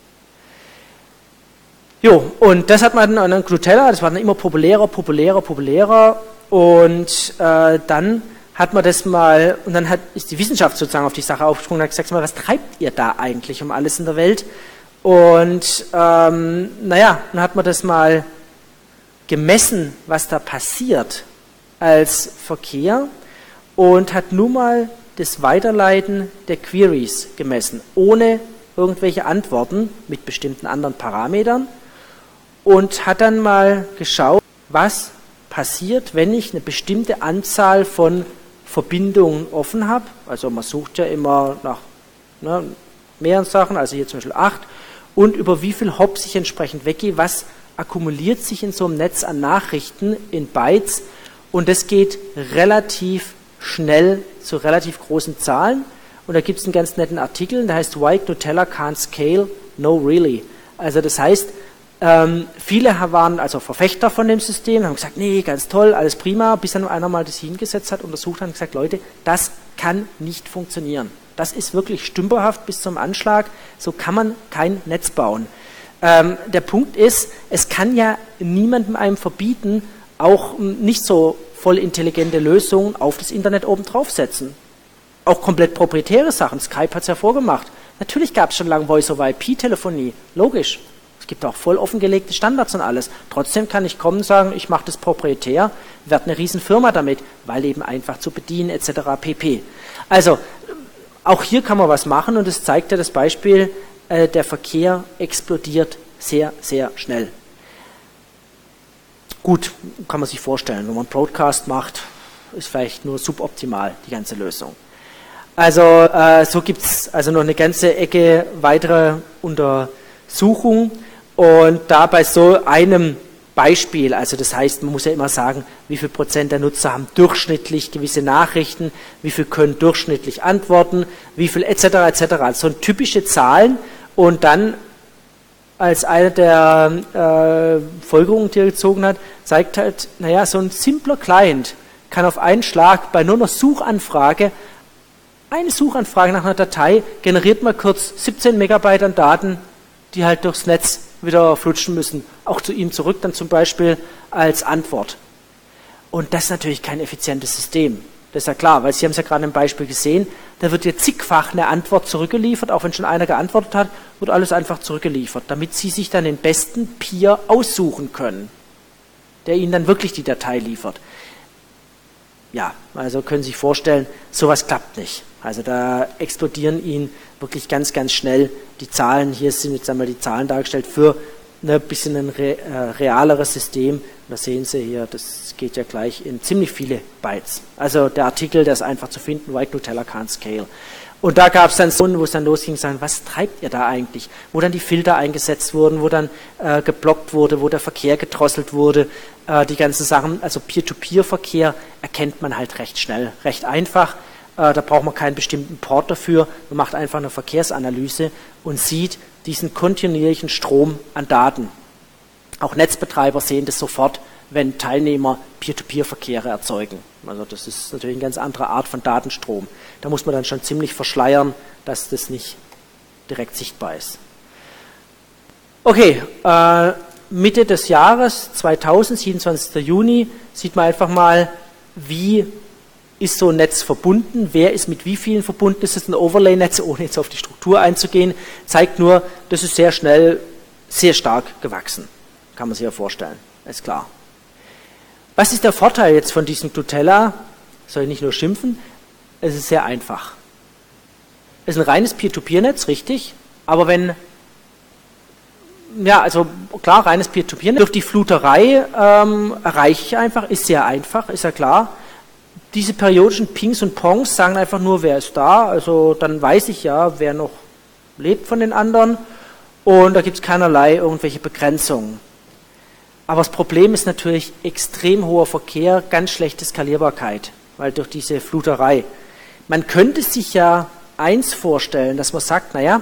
S2: Jo, und das hat man an Gnutella, das war dann immer populärer, populärer, populärer. Und äh, dann hat man das mal, und dann hat, ist die Wissenschaft sozusagen auf die Sache aufgesprungen und hat gesagt, mal, was treibt ihr da eigentlich um alles in der Welt? Und ähm, naja, dann hat man das mal gemessen, was da passiert als Verkehr und hat nun mal das Weiterleiten der Queries gemessen, ohne irgendwelche Antworten mit bestimmten anderen Parametern und hat dann mal geschaut, was passiert, wenn ich eine bestimmte Anzahl von Verbindungen offen habe. Also man sucht ja immer nach ne, mehreren Sachen, also hier zum Beispiel acht, und über wie viel Hops ich entsprechend weggehe, was akkumuliert sich in so einem Netz an Nachrichten in Bytes. Und das geht relativ schnell zu relativ großen Zahlen. Und da gibt es einen ganz netten Artikel, der heißt Why Gnutella Can't Scale? No Really. Also das heißt, ähm, viele waren also Verfechter von dem System, haben gesagt, nee, ganz toll, alles prima, bis dann einer mal das hingesetzt hat, untersucht hat und gesagt, Leute, das kann nicht funktionieren. Das ist wirklich stümperhaft bis zum Anschlag. So kann man kein Netz bauen. Ähm, der Punkt ist, es kann ja niemandem einem verbieten, auch nicht so voll intelligente Lösungen auf das Internet oben draufsetzen. Auch komplett proprietäre Sachen. Skype hat es ja vorgemacht. Natürlich gab es schon lange Voice-over-I P-Telefonie. Logisch. Es gibt auch voll offengelegte Standards und alles. Trotzdem kann ich kommen und sagen, ich mache das proprietär, werde eine Riesenfirma damit, weil eben einfach zu bedienen et cetera pp. Also, auch hier kann man was machen und es zeigt ja das Beispiel, äh, der Verkehr explodiert sehr, sehr schnell. Gut, kann man sich vorstellen, wenn man einen Broadcast macht, ist vielleicht nur suboptimal die ganze Lösung. Also äh, so gibt es also noch eine ganze Ecke weitere Untersuchungen und da bei so einem Beispiel, also das heißt, man muss ja immer sagen, wie viel Prozent der Nutzer haben durchschnittlich gewisse Nachrichten, wie viel können durchschnittlich antworten, wie viel et cetera et cetera. Also so typische Zahlen und dann als eine der äh, Folgerungen, die er gezogen hat, zeigt halt, naja, so ein simpler Client kann auf einen Schlag bei nur einer Suchanfrage, eine Suchanfrage nach einer Datei, generiert mal kurz siebzehn Megabyte an Daten, die halt durchs Netz wieder flutschen müssen, auch zu ihm zurück dann zum Beispiel als Antwort. Und das ist natürlich kein effizientes System. Das ist ja klar, weil Sie haben es ja gerade im Beispiel gesehen, da wird ja zigfach eine Antwort zurückgeliefert, auch wenn schon einer geantwortet hat, wird alles einfach zurückgeliefert, damit Sie sich dann den besten Peer aussuchen können, der Ihnen dann wirklich die Datei liefert. Ja, also können Sie sich vorstellen, sowas klappt nicht. Also da explodieren Ihnen wirklich ganz, ganz schnell die Zahlen. Hier sind jetzt einmal die Zahlen dargestellt für ein bisschen ein re, äh, realeres System. Und da sehen Sie hier, das geht ja gleich in ziemlich viele Bytes. Also der Artikel, der ist einfach zu finden, Why Gnutella Can't Scale. Und da gab es dann so, wo es dann losging, sagen, was treibt ihr da eigentlich? Wo dann die Filter eingesetzt wurden, wo dann äh, geblockt wurde, wo der Verkehr gedrosselt wurde, äh, die ganzen Sachen, also Peer-to-Peer-Verkehr erkennt man halt recht schnell, recht einfach. Äh, da braucht man keinen bestimmten Port dafür, man macht einfach eine Verkehrsanalyse und sieht diesen kontinuierlichen Strom an Daten. Auch Netzbetreiber sehen das sofort, wenn Teilnehmer Peer-to-Peer-Verkehre erzeugen. Also das ist natürlich eine ganz andere Art von Datenstrom. Da muss man dann schon ziemlich verschleiern, dass das nicht direkt sichtbar ist. Okay, äh, Mitte des Jahres zweitausend, siebenundzwanzigster Juni, sieht man einfach mal, wie ist so ein Netz verbunden, wer ist mit wie vielen verbunden, ist es ein Overlay-Netz, ohne jetzt auf die Struktur einzugehen, zeigt nur, das ist sehr schnell, sehr stark gewachsen. Kann man sich ja vorstellen, ist klar. Was ist der Vorteil jetzt von diesem Gnutella? Soll ich nicht nur schimpfen? Es ist sehr einfach. Es ist ein reines Peer-to-Peer-Netz, richtig, aber wenn, ja, also klar, reines Peer-to-Peer-Netz, durch die Fluterei ähm, erreiche ich einfach, ist sehr einfach, ist ja klar. Diese periodischen Pings und Pongs sagen einfach nur, wer ist da, also dann weiß ich ja, wer noch lebt von den anderen und da gibt es keinerlei irgendwelche Begrenzungen. Aber das Problem ist natürlich extrem hoher Verkehr, ganz schlechte Skalierbarkeit, weil durch diese Fluterei. Man könnte sich ja eins vorstellen, dass man sagt, naja,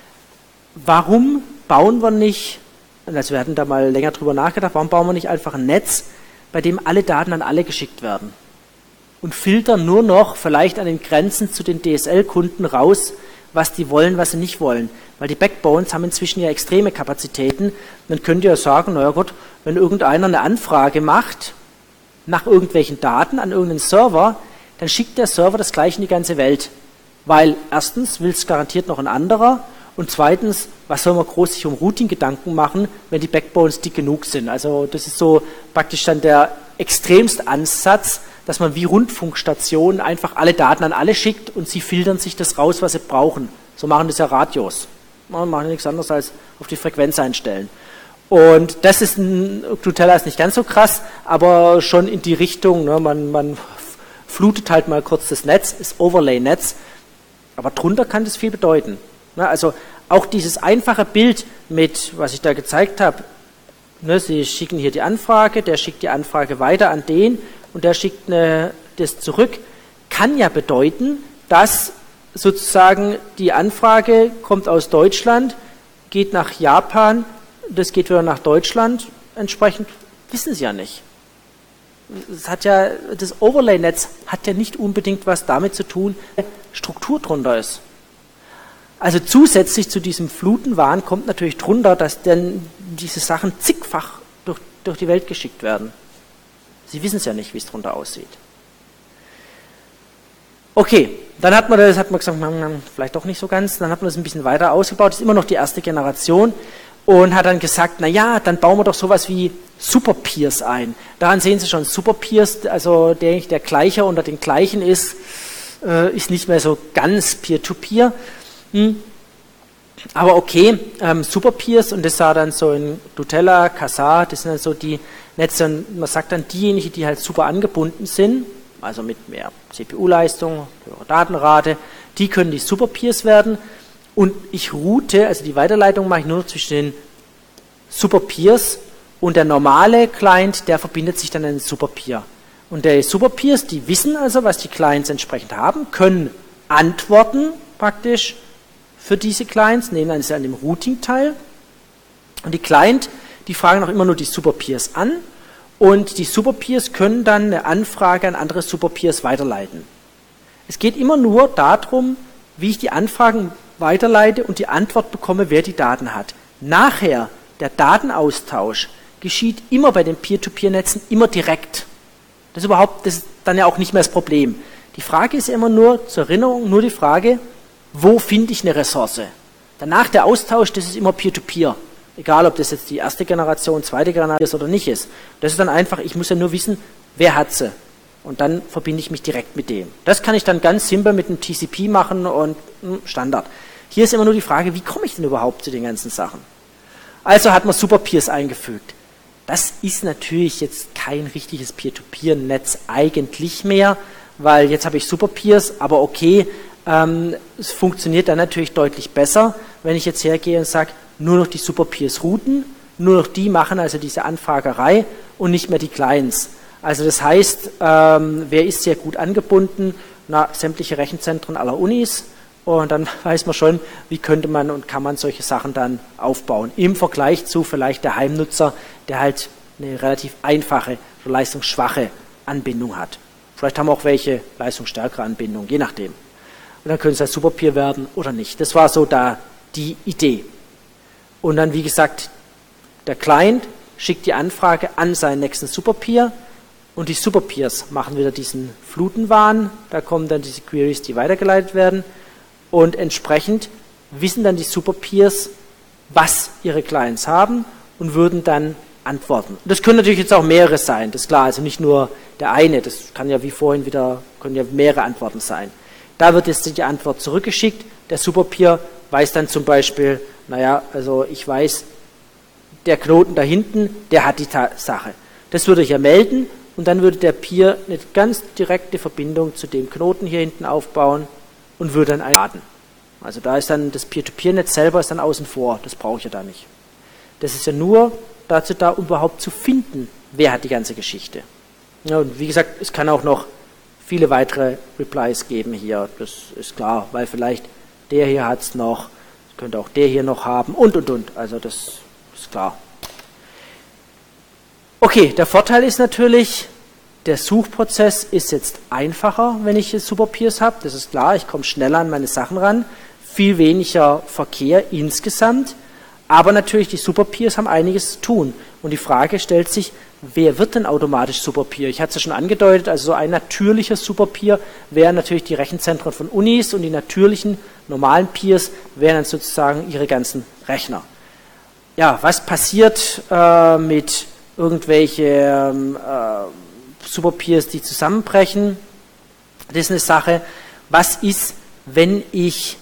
S2: warum bauen wir nicht, also wir hatten da mal länger drüber nachgedacht, warum bauen wir nicht einfach ein Netz, bei dem alle Daten an alle geschickt werden und filtern nur noch vielleicht an den Grenzen zu den D S L-Kunden raus, was die wollen, was sie nicht wollen. Weil die Backbones haben inzwischen ja extreme Kapazitäten. Dann könnt ihr ja sagen, naja Gott, wenn irgendeiner eine Anfrage macht nach irgendwelchen Daten an irgendeinen Server, dann schickt der Server das gleich in die ganze Welt. Weil erstens will es garantiert noch ein anderer und zweitens, was soll man groß sich um Routing Gedanken machen, wenn die Backbones dick genug sind. Also das ist so praktisch dann der extremste Ansatz, dass man wie Rundfunkstationen einfach alle Daten an alle schickt und sie filtern sich das raus, was sie brauchen. So machen das ja Radios. Man macht nichts anderes als auf die Frequenz einstellen. Und das ist ein, Gnutella ist nicht ganz so krass, aber schon in die Richtung, ne, man, man flutet halt mal kurz das Netz, das Overlay-Netz, aber drunter kann das viel bedeuten. Ne, also auch dieses einfache Bild mit, was ich da gezeigt habe, ne, Sie schicken hier die Anfrage, der schickt die Anfrage weiter an den und der schickt eine, das zurück, kann ja bedeuten, dass sozusagen die Anfrage kommt aus Deutschland, geht nach Japan, das geht wieder nach Deutschland, entsprechend wissen Sie ja nicht. Das, hat ja, das Overlay-Netz hat ja nicht unbedingt was damit zu tun, Struktur drunter ist. Also zusätzlich zu diesem Flutenwahn kommt natürlich drunter, dass dann diese Sachen zigfach durch, durch die Welt geschickt werden. Sie wissen es ja nicht, wie es drunter aussieht. Okay, dann hat man das, hat man gesagt, vielleicht doch nicht so ganz, dann hat man das ein bisschen weiter ausgebaut, das ist immer noch die erste Generation und hat dann gesagt, na ja, dann bauen wir doch sowas wie Superpeers ein. Daran sehen Sie schon, Superpeers, also der, der Gleicher unter den Gleichen ist, äh, ist nicht mehr so ganz Peer-to-Peer. Hm. Aber okay, ähm, Superpeers, und das sah dann so in Gnutella, Quasar, das sind dann so die Netze, und man sagt dann diejenigen, die halt super angebunden sind, also mit mehr C P U-Leistung, höherer Datenrate, die können die Superpeers werden und ich route, also die Weiterleitung mache ich nur zwischen den Superpeers und der normale Client, der verbindet sich dann in den Superpeer. Und die Superpeers, die wissen also, was die Clients entsprechend haben, können antworten praktisch für diese Clients, nehmen also an dem Routing teil Und die Client, die fragen auch immer nur die Superpeers an und die Superpeers können dann eine Anfrage an andere Superpeers weiterleiten. Es geht immer nur darum, wie ich die Anfragen weiterleite und die Antwort bekomme, wer die Daten hat. Nachher, der Datenaustausch geschieht immer bei den Peer-to-Peer-Netzen immer direkt. Das ist überhaupt, das ist dann ja auch nicht mehr das Problem. Die Frage ist immer nur, zur Erinnerung, nur die Frage, wo finde ich eine Ressource? Danach der Austausch, das ist immer Peer-to-Peer. Egal, ob das jetzt die erste Generation, zweite Generation ist oder nicht ist. Das ist dann einfach, ich muss ja nur wissen, wer hat sie. Und dann verbinde ich mich direkt mit dem. Das kann ich dann ganz simpel mit einem T C P machen und hm, Standard. Hier ist immer nur die Frage, wie komme ich denn überhaupt zu den ganzen Sachen? Also hat man Superpeers eingefügt. Das ist natürlich jetzt kein richtiges Peer-to-Peer-Netz eigentlich mehr, weil jetzt habe ich Superpeers, aber okay, ähm, es funktioniert dann natürlich deutlich besser, wenn ich jetzt hergehe und sage, nur noch die Superpeers routen, nur noch die machen also diese Anfragerei und nicht mehr die Clients. Also das heißt, ähm, wer ist sehr gut angebunden? Na, sämtliche Rechenzentren aller Unis. Und dann weiß man schon, wie könnte man und kann man solche Sachen dann aufbauen. Im Vergleich zu vielleicht der Heimnutzer, der halt eine relativ einfache, leistungsschwache Anbindung hat. Vielleicht haben auch welche leistungsstärkere Anbindung, je nachdem. Und dann können sie als Superpeer werden oder nicht. Das war so da die Idee. Und dann, wie gesagt, der Client schickt die Anfrage an seinen nächsten Superpeer und die Superpeers machen wieder diesen Flutenwahn. Da kommen dann diese Queries, die weitergeleitet werden. Und entsprechend wissen dann die Superpeers, was ihre Clients haben und würden dann antworten. Das können natürlich jetzt auch mehrere sein, das ist klar, also nicht nur der eine, das kann ja wie vorhin wieder, können ja mehrere Antworten sein. Da wird jetzt die Antwort zurückgeschickt, der Superpeer weiß dann zum Beispiel, naja, also ich weiß, der Knoten da hinten, der hat die Sache. Das würde ich ja melden und dann würde der Peer eine ganz direkte Verbindung zu dem Knoten hier hinten aufbauen und würde dann einladen. Also da ist dann das Peer-to-Peer-Netz selber ist dann außen vor, das brauche ich ja da nicht. Das ist ja nur dazu da, um überhaupt zu finden, wer hat die ganze Geschichte. Ja, und wie gesagt, es kann auch noch viele weitere Replies geben hier, das ist klar, weil vielleicht der hier hat es noch, könnte auch der hier noch haben und und und, also das ist klar. Okay, der Vorteil ist natürlich, der Suchprozess ist jetzt einfacher, wenn ich Superpeers habe, das ist klar, ich komme schneller an meine Sachen ran, viel weniger Verkehr insgesamt, aber natürlich die Superpeers haben einiges zu tun und die Frage stellt sich, wer wird denn automatisch Superpeer? Ich hatte es ja schon angedeutet, also so ein natürlicher Superpeer wären natürlich die Rechenzentren von Unis und die natürlichen, normalen Peers wären dann sozusagen ihre ganzen Rechner. Ja, was passiert äh, mit irgendwelchen äh, Superpeers, die zusammenbrechen? Das ist eine Sache. Was ist, wenn ich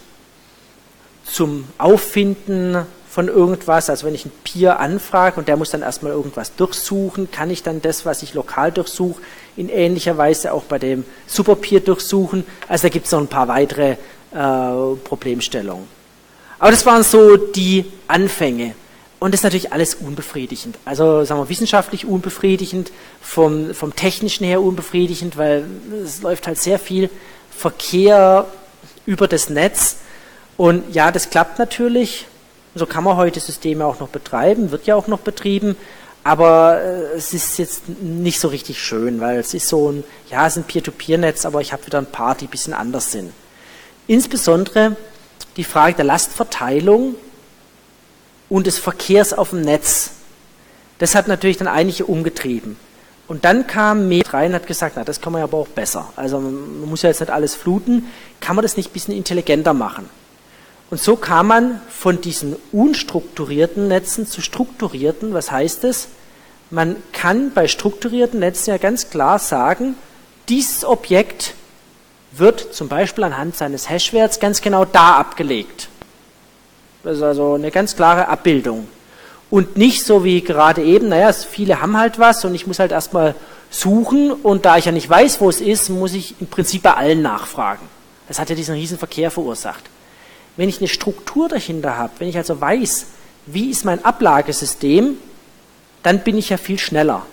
S2: zum Auffinden von irgendwas, also wenn ich einen Peer anfrage und der muss dann erstmal irgendwas durchsuchen, kann ich dann das, was ich lokal durchsuche, in ähnlicher Weise auch bei dem Superpeer durchsuchen? Also da gibt es noch ein paar weitere äh, Problemstellungen. Aber das waren so die Anfänge. Und das ist natürlich alles unbefriedigend. Also sagen wir wissenschaftlich unbefriedigend, vom, vom technischen her unbefriedigend, weil es läuft halt sehr viel Verkehr über das Netz. Und ja, das klappt natürlich. So kann man heute Systeme auch noch betreiben, wird ja auch noch betrieben, aber äh, es ist jetzt nicht so richtig schön, weil es ist so ein, ja, es ist ein Peer-to-Peer-Netz, aber ich habe wieder ein paar, die ein bisschen anders sind. Insbesondere die Frage der Lastverteilung und des Verkehrs auf dem Netz, das hat natürlich dann einige umgetrieben. Und dann kam Met rein und hat gesagt, na, das kann man ja aber auch besser. Also man muss ja jetzt nicht alles fluten, kann man das nicht ein bisschen intelligenter machen? Und so kam man von diesen unstrukturierten Netzen zu strukturierten. Was heißt das? Man kann bei strukturierten Netzen ja ganz klar sagen, dieses Objekt wird zum Beispiel anhand seines Hashwerts ganz genau da abgelegt. Das ist also eine ganz klare Abbildung. Und nicht so wie gerade eben, naja, viele haben halt was und ich muss halt erstmal suchen und da ich ja nicht weiß, wo es ist, muss ich im Prinzip bei allen nachfragen. Das hat ja diesen riesen Verkehr verursacht. Wenn ich eine Struktur dahinter habe, wenn ich also weiß, wie ist mein Ablagesystem, dann bin ich ja viel schneller.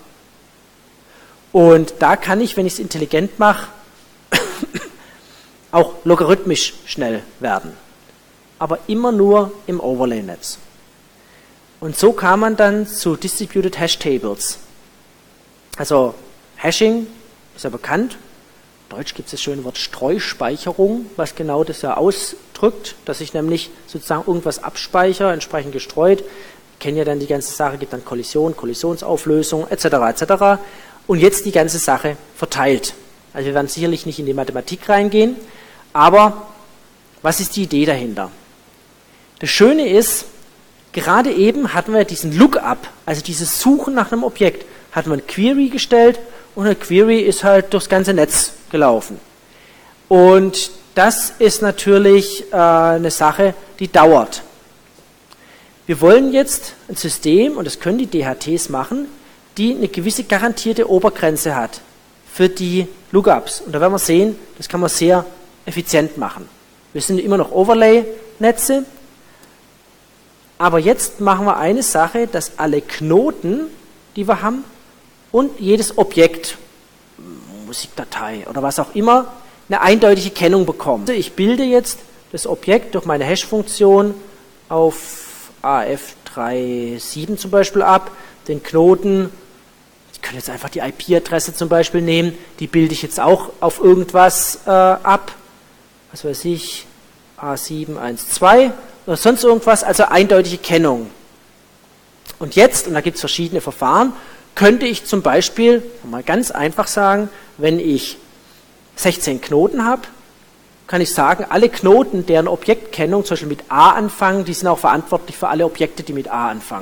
S2: Und da kann ich, wenn ich es intelligent mache, auch logarithmisch schnell werden. Aber immer nur im Overlay-Netz. Und so kam man dann zu Distributed Hash Tables. Also Hashing ist ja bekannt. In Deutsch gibt es das schöne Wort Streuspeicherung, was genau das ja ausdrückt, dass ich nämlich sozusagen irgendwas abspeichere, entsprechend gestreut. Ich kenne ja dann die ganze Sache, gibt dann Kollision, Kollisionsauflösung et cetera et cetera. Und jetzt die ganze Sache verteilt. Also wir werden sicherlich nicht in die Mathematik reingehen, aber was ist die Idee dahinter? Das Schöne ist, gerade eben hatten wir diesen Lookup, also dieses Suchen nach einem Objekt, hatten wir eine Query gestellt und eine Query ist halt durchs ganze Netz gelaufen. Und das ist natürlich äh, eine Sache, die dauert. Wir wollen jetzt ein System, und das können die D H Ts machen, die eine gewisse garantierte Obergrenze hat für die Lookups. Und da werden wir sehen, das kann man sehr effizient machen. Wir sind immer noch Overlay-Netze, aber jetzt machen wir eine Sache, dass alle Knoten, die wir haben, und jedes Objekt, Musikdatei oder was auch immer, eine eindeutige Kennung bekommen. Also ich bilde jetzt das Objekt durch meine Hash-Funktion auf A F drei Punkt sieben zum Beispiel ab, den Knoten, ich könnte jetzt einfach die I P-Adresse zum Beispiel nehmen, die bilde ich jetzt auch auf irgendwas äh, ab, was weiß ich, A sieben eins zwei oder sonst irgendwas, also eindeutige Kennung. Und jetzt, und da gibt es verschiedene Verfahren, könnte ich zum Beispiel, mal ganz einfach sagen, wenn ich sechzehn Knoten habe, kann ich sagen, alle Knoten, deren Objektkennung zum Beispiel mit A anfangen, die sind auch verantwortlich für alle Objekte, die mit A anfangen.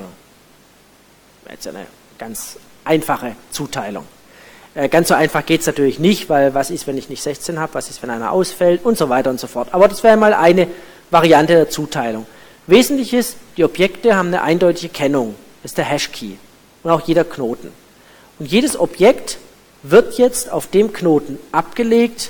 S2: Jetzt eine ganz einfache Zuteilung. Äh, ganz so einfach geht es natürlich nicht, weil was ist, wenn ich nicht sechzehn habe, was ist, wenn einer ausfällt und so weiter und so fort. Aber das wäre mal eine Variante der Zuteilung. Wesentlich ist, die Objekte haben eine eindeutige Kennung. Das ist der Hash-Key. Und auch jeder Knoten. Und jedes Objekt wird jetzt auf dem Knoten abgelegt,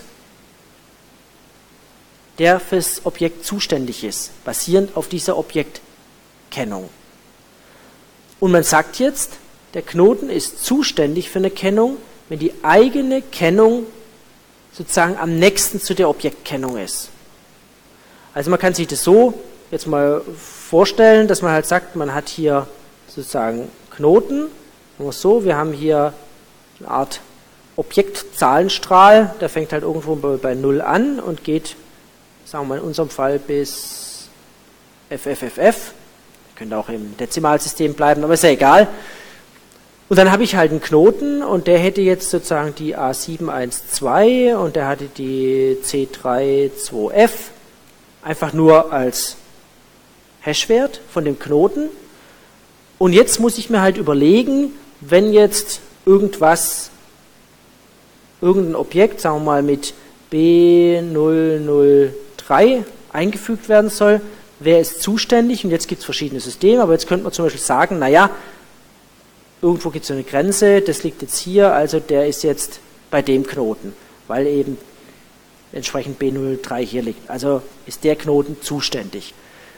S2: der fürs Objekt zuständig ist, basierend auf dieser Objektkennung. Und man sagt jetzt, der Knoten ist zuständig für eine Kennung, wenn die eigene Kennung sozusagen am nächsten zu der Objektkennung ist. Also man kann sich das so jetzt mal vorstellen, dass man halt sagt, man hat hier sozusagen Knoten, so, wir haben hier eine Art Objektzahlenstrahl, der fängt halt irgendwo bei null an und geht, sagen wir mal in unserem Fall, bis F F F F. Könnte auch im Dezimalsystem bleiben, aber ist ja egal. Und dann habe ich halt einen Knoten und der hätte jetzt sozusagen die A sieben eins zwei und der hatte die C drei zwei F, einfach nur als Hashwert von dem Knoten. Und jetzt muss ich mir halt überlegen, wenn jetzt irgendwas, irgendein Objekt, sagen wir mal mit B null null drei eingefügt werden soll, wer ist zuständig? Und jetzt gibt es verschiedene Systeme, aber jetzt könnte man zum Beispiel sagen, naja, irgendwo gibt es eine Grenze, das liegt jetzt hier, also der ist jetzt bei dem Knoten, weil eben entsprechend B null drei hier liegt. Also ist der Knoten zuständig.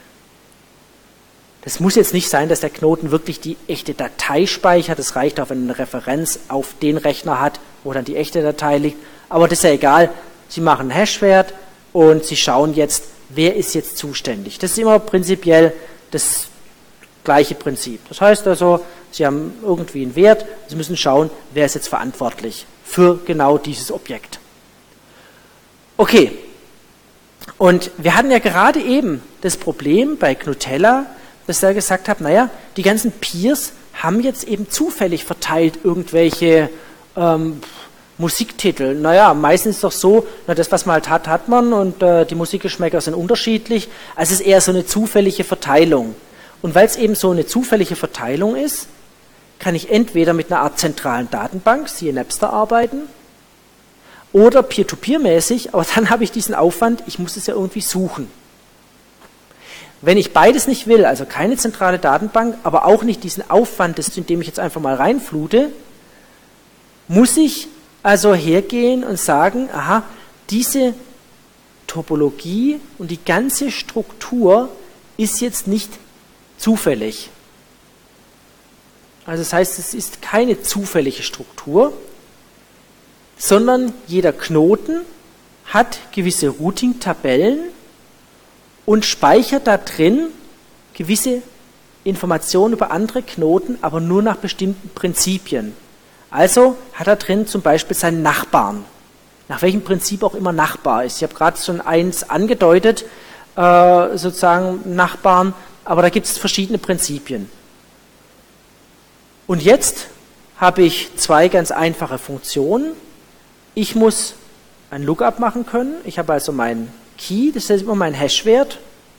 S2: Das muss jetzt nicht sein, dass der Knoten wirklich die echte Datei speichert. Es reicht auch, wenn eine Referenz auf den Rechner hat, wo dann die echte Datei liegt. Aber das ist ja egal. Sie machen einen Hashwert und Sie schauen jetzt, wer ist jetzt zuständig. Das ist immer prinzipiell das gleiche Prinzip. Das heißt also, Sie haben irgendwie einen Wert. Sie müssen schauen, wer ist jetzt verantwortlich für genau dieses Objekt. Okay. Und wir hatten ja gerade eben das Problem bei Gnutella, dass ich da gesagt habe, naja, die ganzen Peers haben jetzt eben zufällig verteilt irgendwelche ähm, Musiktitel. Naja, meistens ist es doch so, na, das, was man halt hat, hat man und äh, die Musikgeschmäcker sind unterschiedlich. Also es ist eher so eine zufällige Verteilung. Und weil es eben so eine zufällige Verteilung ist, kann ich entweder mit einer Art zentralen Datenbank, siehe Napster, arbeiten oder Peer-to-Peer-mäßig, aber dann habe ich diesen Aufwand, ich muss es ja irgendwie suchen. Wenn ich beides nicht will, also keine zentrale Datenbank, aber auch nicht diesen Aufwand, indem ich jetzt einfach mal reinflute, muss ich also hergehen und sagen, aha, diese Topologie und die ganze Struktur ist jetzt nicht zufällig. Also das heißt, es ist keine zufällige Struktur, sondern jeder Knoten hat gewisse Routing-Tabellen und speichert da drin gewisse Informationen über andere Knoten, aber nur nach bestimmten Prinzipien. Also hat er drin zum Beispiel seinen Nachbarn. Nach welchem Prinzip auch immer Nachbar ist. Ich habe gerade schon eins angedeutet, äh, sozusagen Nachbarn, aber da gibt es verschiedene Prinzipien. Und jetzt habe ich zwei ganz einfache Funktionen. Ich muss ein Lookup machen können. Ich habe also meinen Key, das ist immer mein Hash-Wert.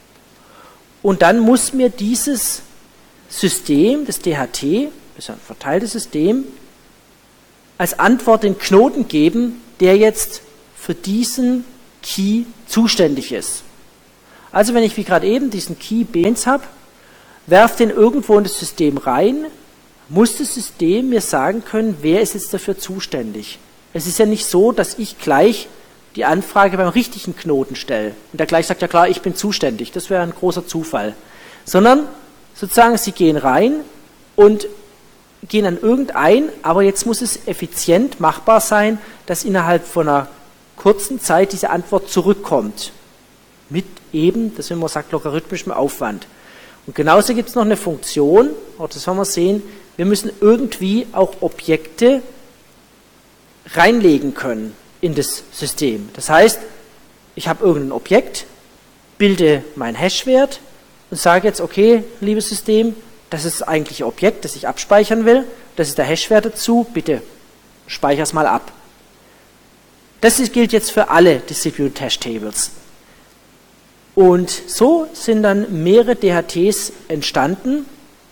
S2: Und dann muss mir dieses System, das D H T, das ist ein verteiltes System, als Antwort den Knoten geben, der jetzt für diesen Key zuständig ist. Also wenn ich wie gerade eben diesen Key B eins habe, werfe den irgendwo in das System rein, muss das System mir sagen können, wer ist jetzt dafür zuständig. Es ist ja nicht so, dass ich gleich die Anfrage beim richtigen Knoten stelle und der gleich sagt, ja klar, ich bin zuständig. Das wäre ein großer Zufall. Sondern sozusagen, Sie gehen rein und gehen an irgendein, aber jetzt muss es effizient machbar sein, dass innerhalb von einer kurzen Zeit diese Antwort zurückkommt. Mit eben, das wenn man sagt, logarithmischem Aufwand. Und genauso gibt es noch eine Funktion, auch das werden wir sehen, wir müssen irgendwie auch Objekte reinlegen können in das System. Das heißt, ich habe irgendein Objekt, bilde meinen Hash-Wert und sage jetzt, okay, liebes System, das ist das eigentliche Objekt, das ich abspeichern will, das ist der Hash-Wert dazu, bitte speicher es mal ab. Das ist, gilt jetzt für alle Distributed Hash Tables. Und so sind dann mehrere D H Ts entstanden.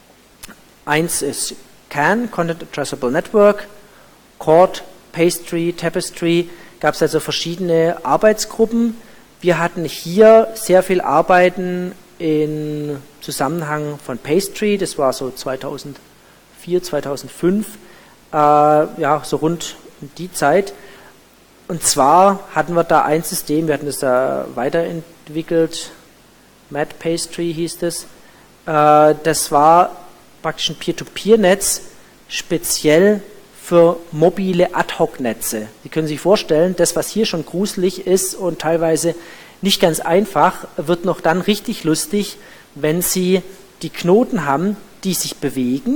S2: Eins ist C A N, Content Addressable Network, C O R D, Pastry, Tapestry, gab es also verschiedene Arbeitsgruppen. Wir hatten hier sehr viel Arbeiten im Zusammenhang von Pastry, das war so zweitausendvier, zweitausendfünf, äh, ja, so rund um die Zeit. Und zwar hatten wir da ein System, wir hatten das da weiterentwickelt, Mad Pastry hieß das, äh, das war praktisch ein Peer-to-Peer-Netz, speziell für mobile Ad-Hoc-Netze. Sie können sich vorstellen, das, was hier schon gruselig ist und teilweise nicht ganz einfach, wird noch dann richtig lustig, wenn Sie die Knoten haben, die sich bewegen,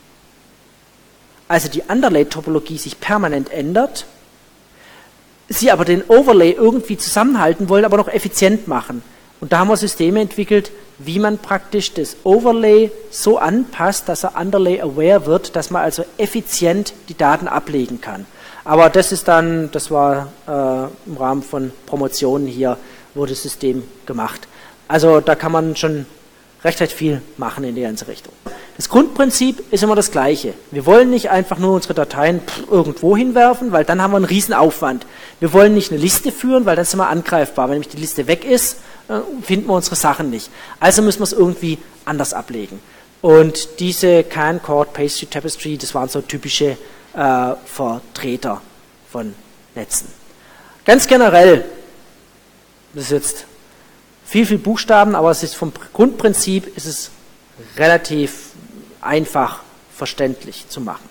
S2: also die Underlay-Topologie sich permanent ändert, Sie aber den Overlay irgendwie zusammenhalten wollen, aber noch effizient machen. Und da haben wir Systeme entwickelt, wie man praktisch das Overlay so anpasst, dass er Underlay-aware wird, dass man also effizient die Daten ablegen kann. Aber das ist dann, das war äh, im Rahmen von Promotionen hier, wurde das System gemacht. Also da kann man schon recht, recht viel machen in die ganze Richtung. Das Grundprinzip ist immer das gleiche. Wir wollen nicht einfach nur unsere Dateien irgendwo hinwerfen, weil dann haben wir einen riesen Aufwand. Wir wollen nicht eine Liste führen, weil dann sind wir angreifbar. Wenn nämlich die Liste weg ist, finden wir unsere Sachen nicht. Also müssen wir es irgendwie anders ablegen. Und diese C A N, C O R D, Pastry, Tapestry, das waren so typische äh, Vertreter von Netzen. Ganz generell, das ist jetzt viel, viel Buchstaben, aber es ist vom Grundprinzip ist es relativ einfach verständlich zu machen.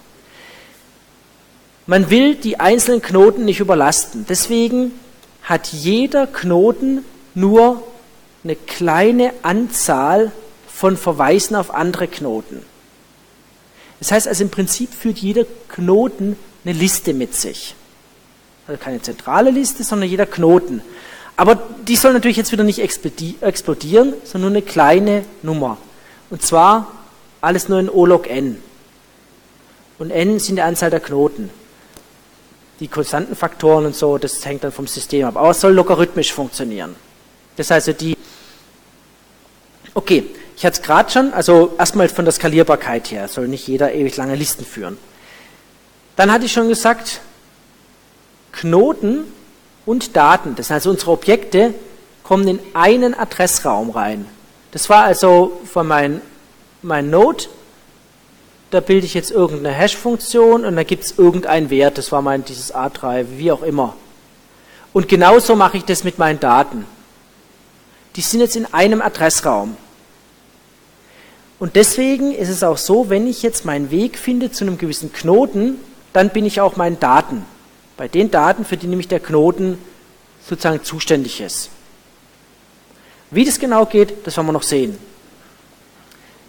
S2: Man will die einzelnen Knoten nicht überlasten. Deswegen hat jeder Knoten nur eine kleine Anzahl von Verweisen auf andere Knoten. Das heißt also im Prinzip führt jeder Knoten eine Liste mit sich. Also keine zentrale Liste, sondern jeder Knoten. Aber die soll natürlich jetzt wieder nicht explodieren, sondern nur eine kleine Nummer. Und zwar alles nur in O log n. Und n sind die Anzahl der Knoten. Die Konstantenfaktoren und so, das hängt dann vom System ab. Aber es soll logarithmisch funktionieren. Das heißt, also die. Okay, ich hatte es gerade schon, also erstmal von der Skalierbarkeit her, soll nicht jeder ewig lange Listen führen. Dann hatte ich schon gesagt, Knoten und Daten, das sind also unsere Objekte, kommen in einen Adressraum rein. Das war also von meinem mein Node, da bilde ich jetzt irgendeine Hash-Funktion und da gibt es irgendeinen Wert, das war mein dieses A drei, wie auch immer. Und genauso mache ich das mit meinen Daten. Die sind jetzt in einem Adressraum. Und deswegen ist es auch so, wenn ich jetzt meinen Weg finde zu einem gewissen Knoten, dann bin ich auch meinen Daten. Bei den Daten, für die nämlich der Knoten sozusagen zuständig ist. Wie das genau geht, das werden wir noch sehen.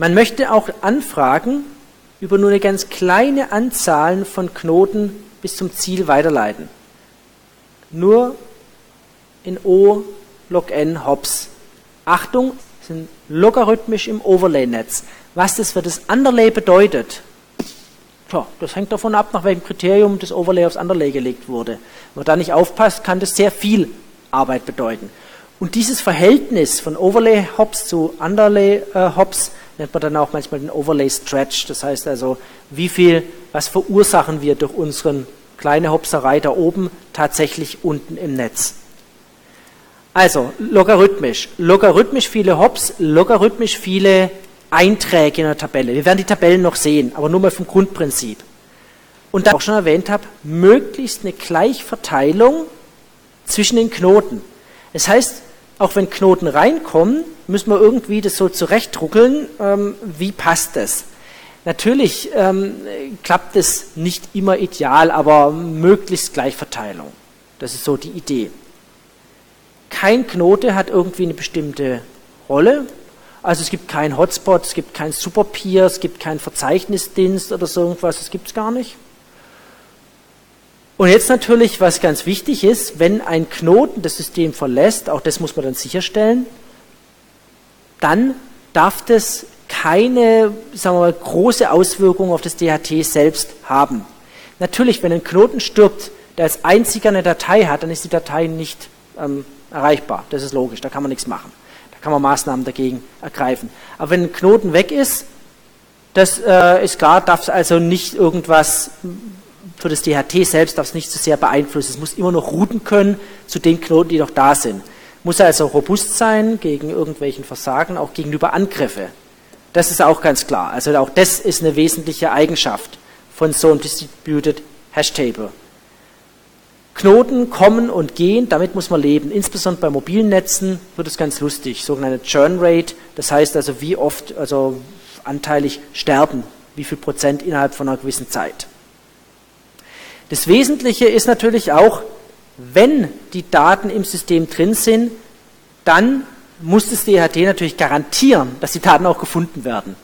S2: Man möchte auch Anfragen über nur eine ganz kleine Anzahl von Knoten bis zum Ziel weiterleiten. Nur in O, log n, Hops. Achtung, sind logarithmisch im Overlay-Netz. Was das für das Underlay bedeutet, tja, das hängt davon ab, nach welchem Kriterium das Overlay aufs Underlay gelegt wurde. Wenn man da nicht aufpasst, kann das sehr viel Arbeit bedeuten. Und dieses Verhältnis von Overlay-Hops zu Underlay-Hops nennt man dann auch manchmal den Overlay-Stretch. Das heißt also, wie viel, was verursachen wir durch unseren kleine Hopserei da oben tatsächlich unten im Netz. Also logarithmisch. Logarithmisch viele Hops, logarithmisch viele Einträge in der Tabelle. Wir werden die Tabellen noch sehen, aber nur mal vom Grundprinzip. Und dann auch schon erwähnt habe, möglichst eine Gleichverteilung zwischen den Knoten. Das heißt, auch wenn Knoten reinkommen, müssen wir irgendwie das so zurechtruckeln, ähm, wie passt das? Natürlich ähm, klappt es nicht immer ideal, aber möglichst Gleichverteilung. Das ist so die Idee. Kein Knote hat irgendwie eine bestimmte Rolle. Also es gibt keinen Hotspot, es gibt keinen Superpeer, es gibt keinen Verzeichnisdienst oder so irgendwas, das gibt es gar nicht. Und jetzt natürlich, was ganz wichtig ist, wenn ein Knoten das System verlässt, auch das muss man dann sicherstellen, dann darf das keine, sagen wir mal, große Auswirkung auf das D H T selbst haben. Natürlich, wenn ein Knoten stirbt, der als einziger eine Datei hat, dann ist die Datei nicht ähm, erreichbar. Das ist logisch, da kann man nichts machen. Da kann man Maßnahmen dagegen ergreifen. Aber wenn ein Knoten weg ist, das äh, ist klar, darf es also nicht irgendwas, für das D H T selbst darf es nicht so sehr beeinflussen. Es muss immer noch routen können zu den Knoten, die noch da sind. Muss also robust sein gegen irgendwelchen Versagen, auch gegenüber Angriffe. Das ist auch ganz klar. Also auch das ist eine wesentliche Eigenschaft von so einem Distributed Hash Table. Knoten kommen und gehen, damit muss man leben. Insbesondere bei mobilen Netzen wird es ganz lustig, sogenannte Churn Rate. Das heißt also, wie oft, also anteilig sterben, wie viel Prozent innerhalb von einer gewissen Zeit. Das Wesentliche ist natürlich auch, wenn die Daten im System drin sind, dann muss das D H T natürlich garantieren, dass die Daten auch gefunden werden.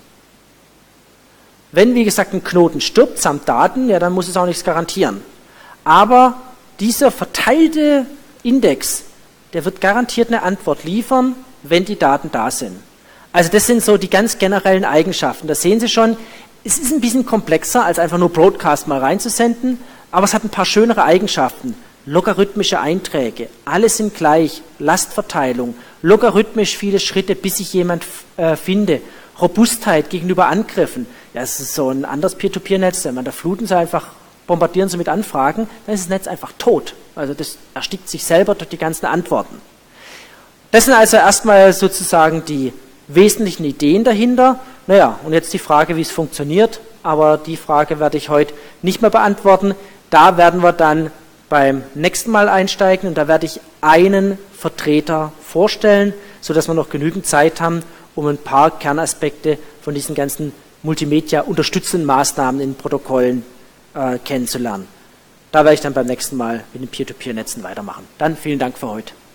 S2: Wenn, wie gesagt, ein Knoten stirbt samt Daten, ja, dann muss es auch nichts garantieren. Aber dieser verteilte Index, der wird garantiert eine Antwort liefern, wenn die Daten da sind. Also das sind so die ganz generellen Eigenschaften. Da sehen Sie schon, es ist ein bisschen komplexer, als einfach nur Broadcast mal reinzusenden, aber es hat ein paar schönere Eigenschaften. Logarithmische Einträge, alle sind gleich, Lastverteilung, logarithmisch viele Schritte, bis ich jemand äh, finde, Robustheit gegenüber Angriffen. Ja, es ist so ein anderes Peer-to-Peer-Netz, wenn man da fluten sie einfach, bombardieren sie mit Anfragen, dann ist das Netz einfach tot. Also das erstickt sich selber durch die ganzen Antworten. Das sind also erstmal sozusagen die wesentlichen Ideen dahinter. Naja, und jetzt die Frage, wie es funktioniert, aber die Frage werde ich heute nicht mehr beantworten. Da werden wir dann beim nächsten Mal einsteigen und da werde ich einen Vertreter vorstellen, sodass wir noch genügend Zeit haben, um ein paar Kernaspekte von diesen ganzen Multimedia-unterstützenden Maßnahmen in Protokollen äh, kennenzulernen. Da werde ich dann beim nächsten Mal mit den Peer-to-Peer-Netzen weitermachen. Dann vielen Dank für heute.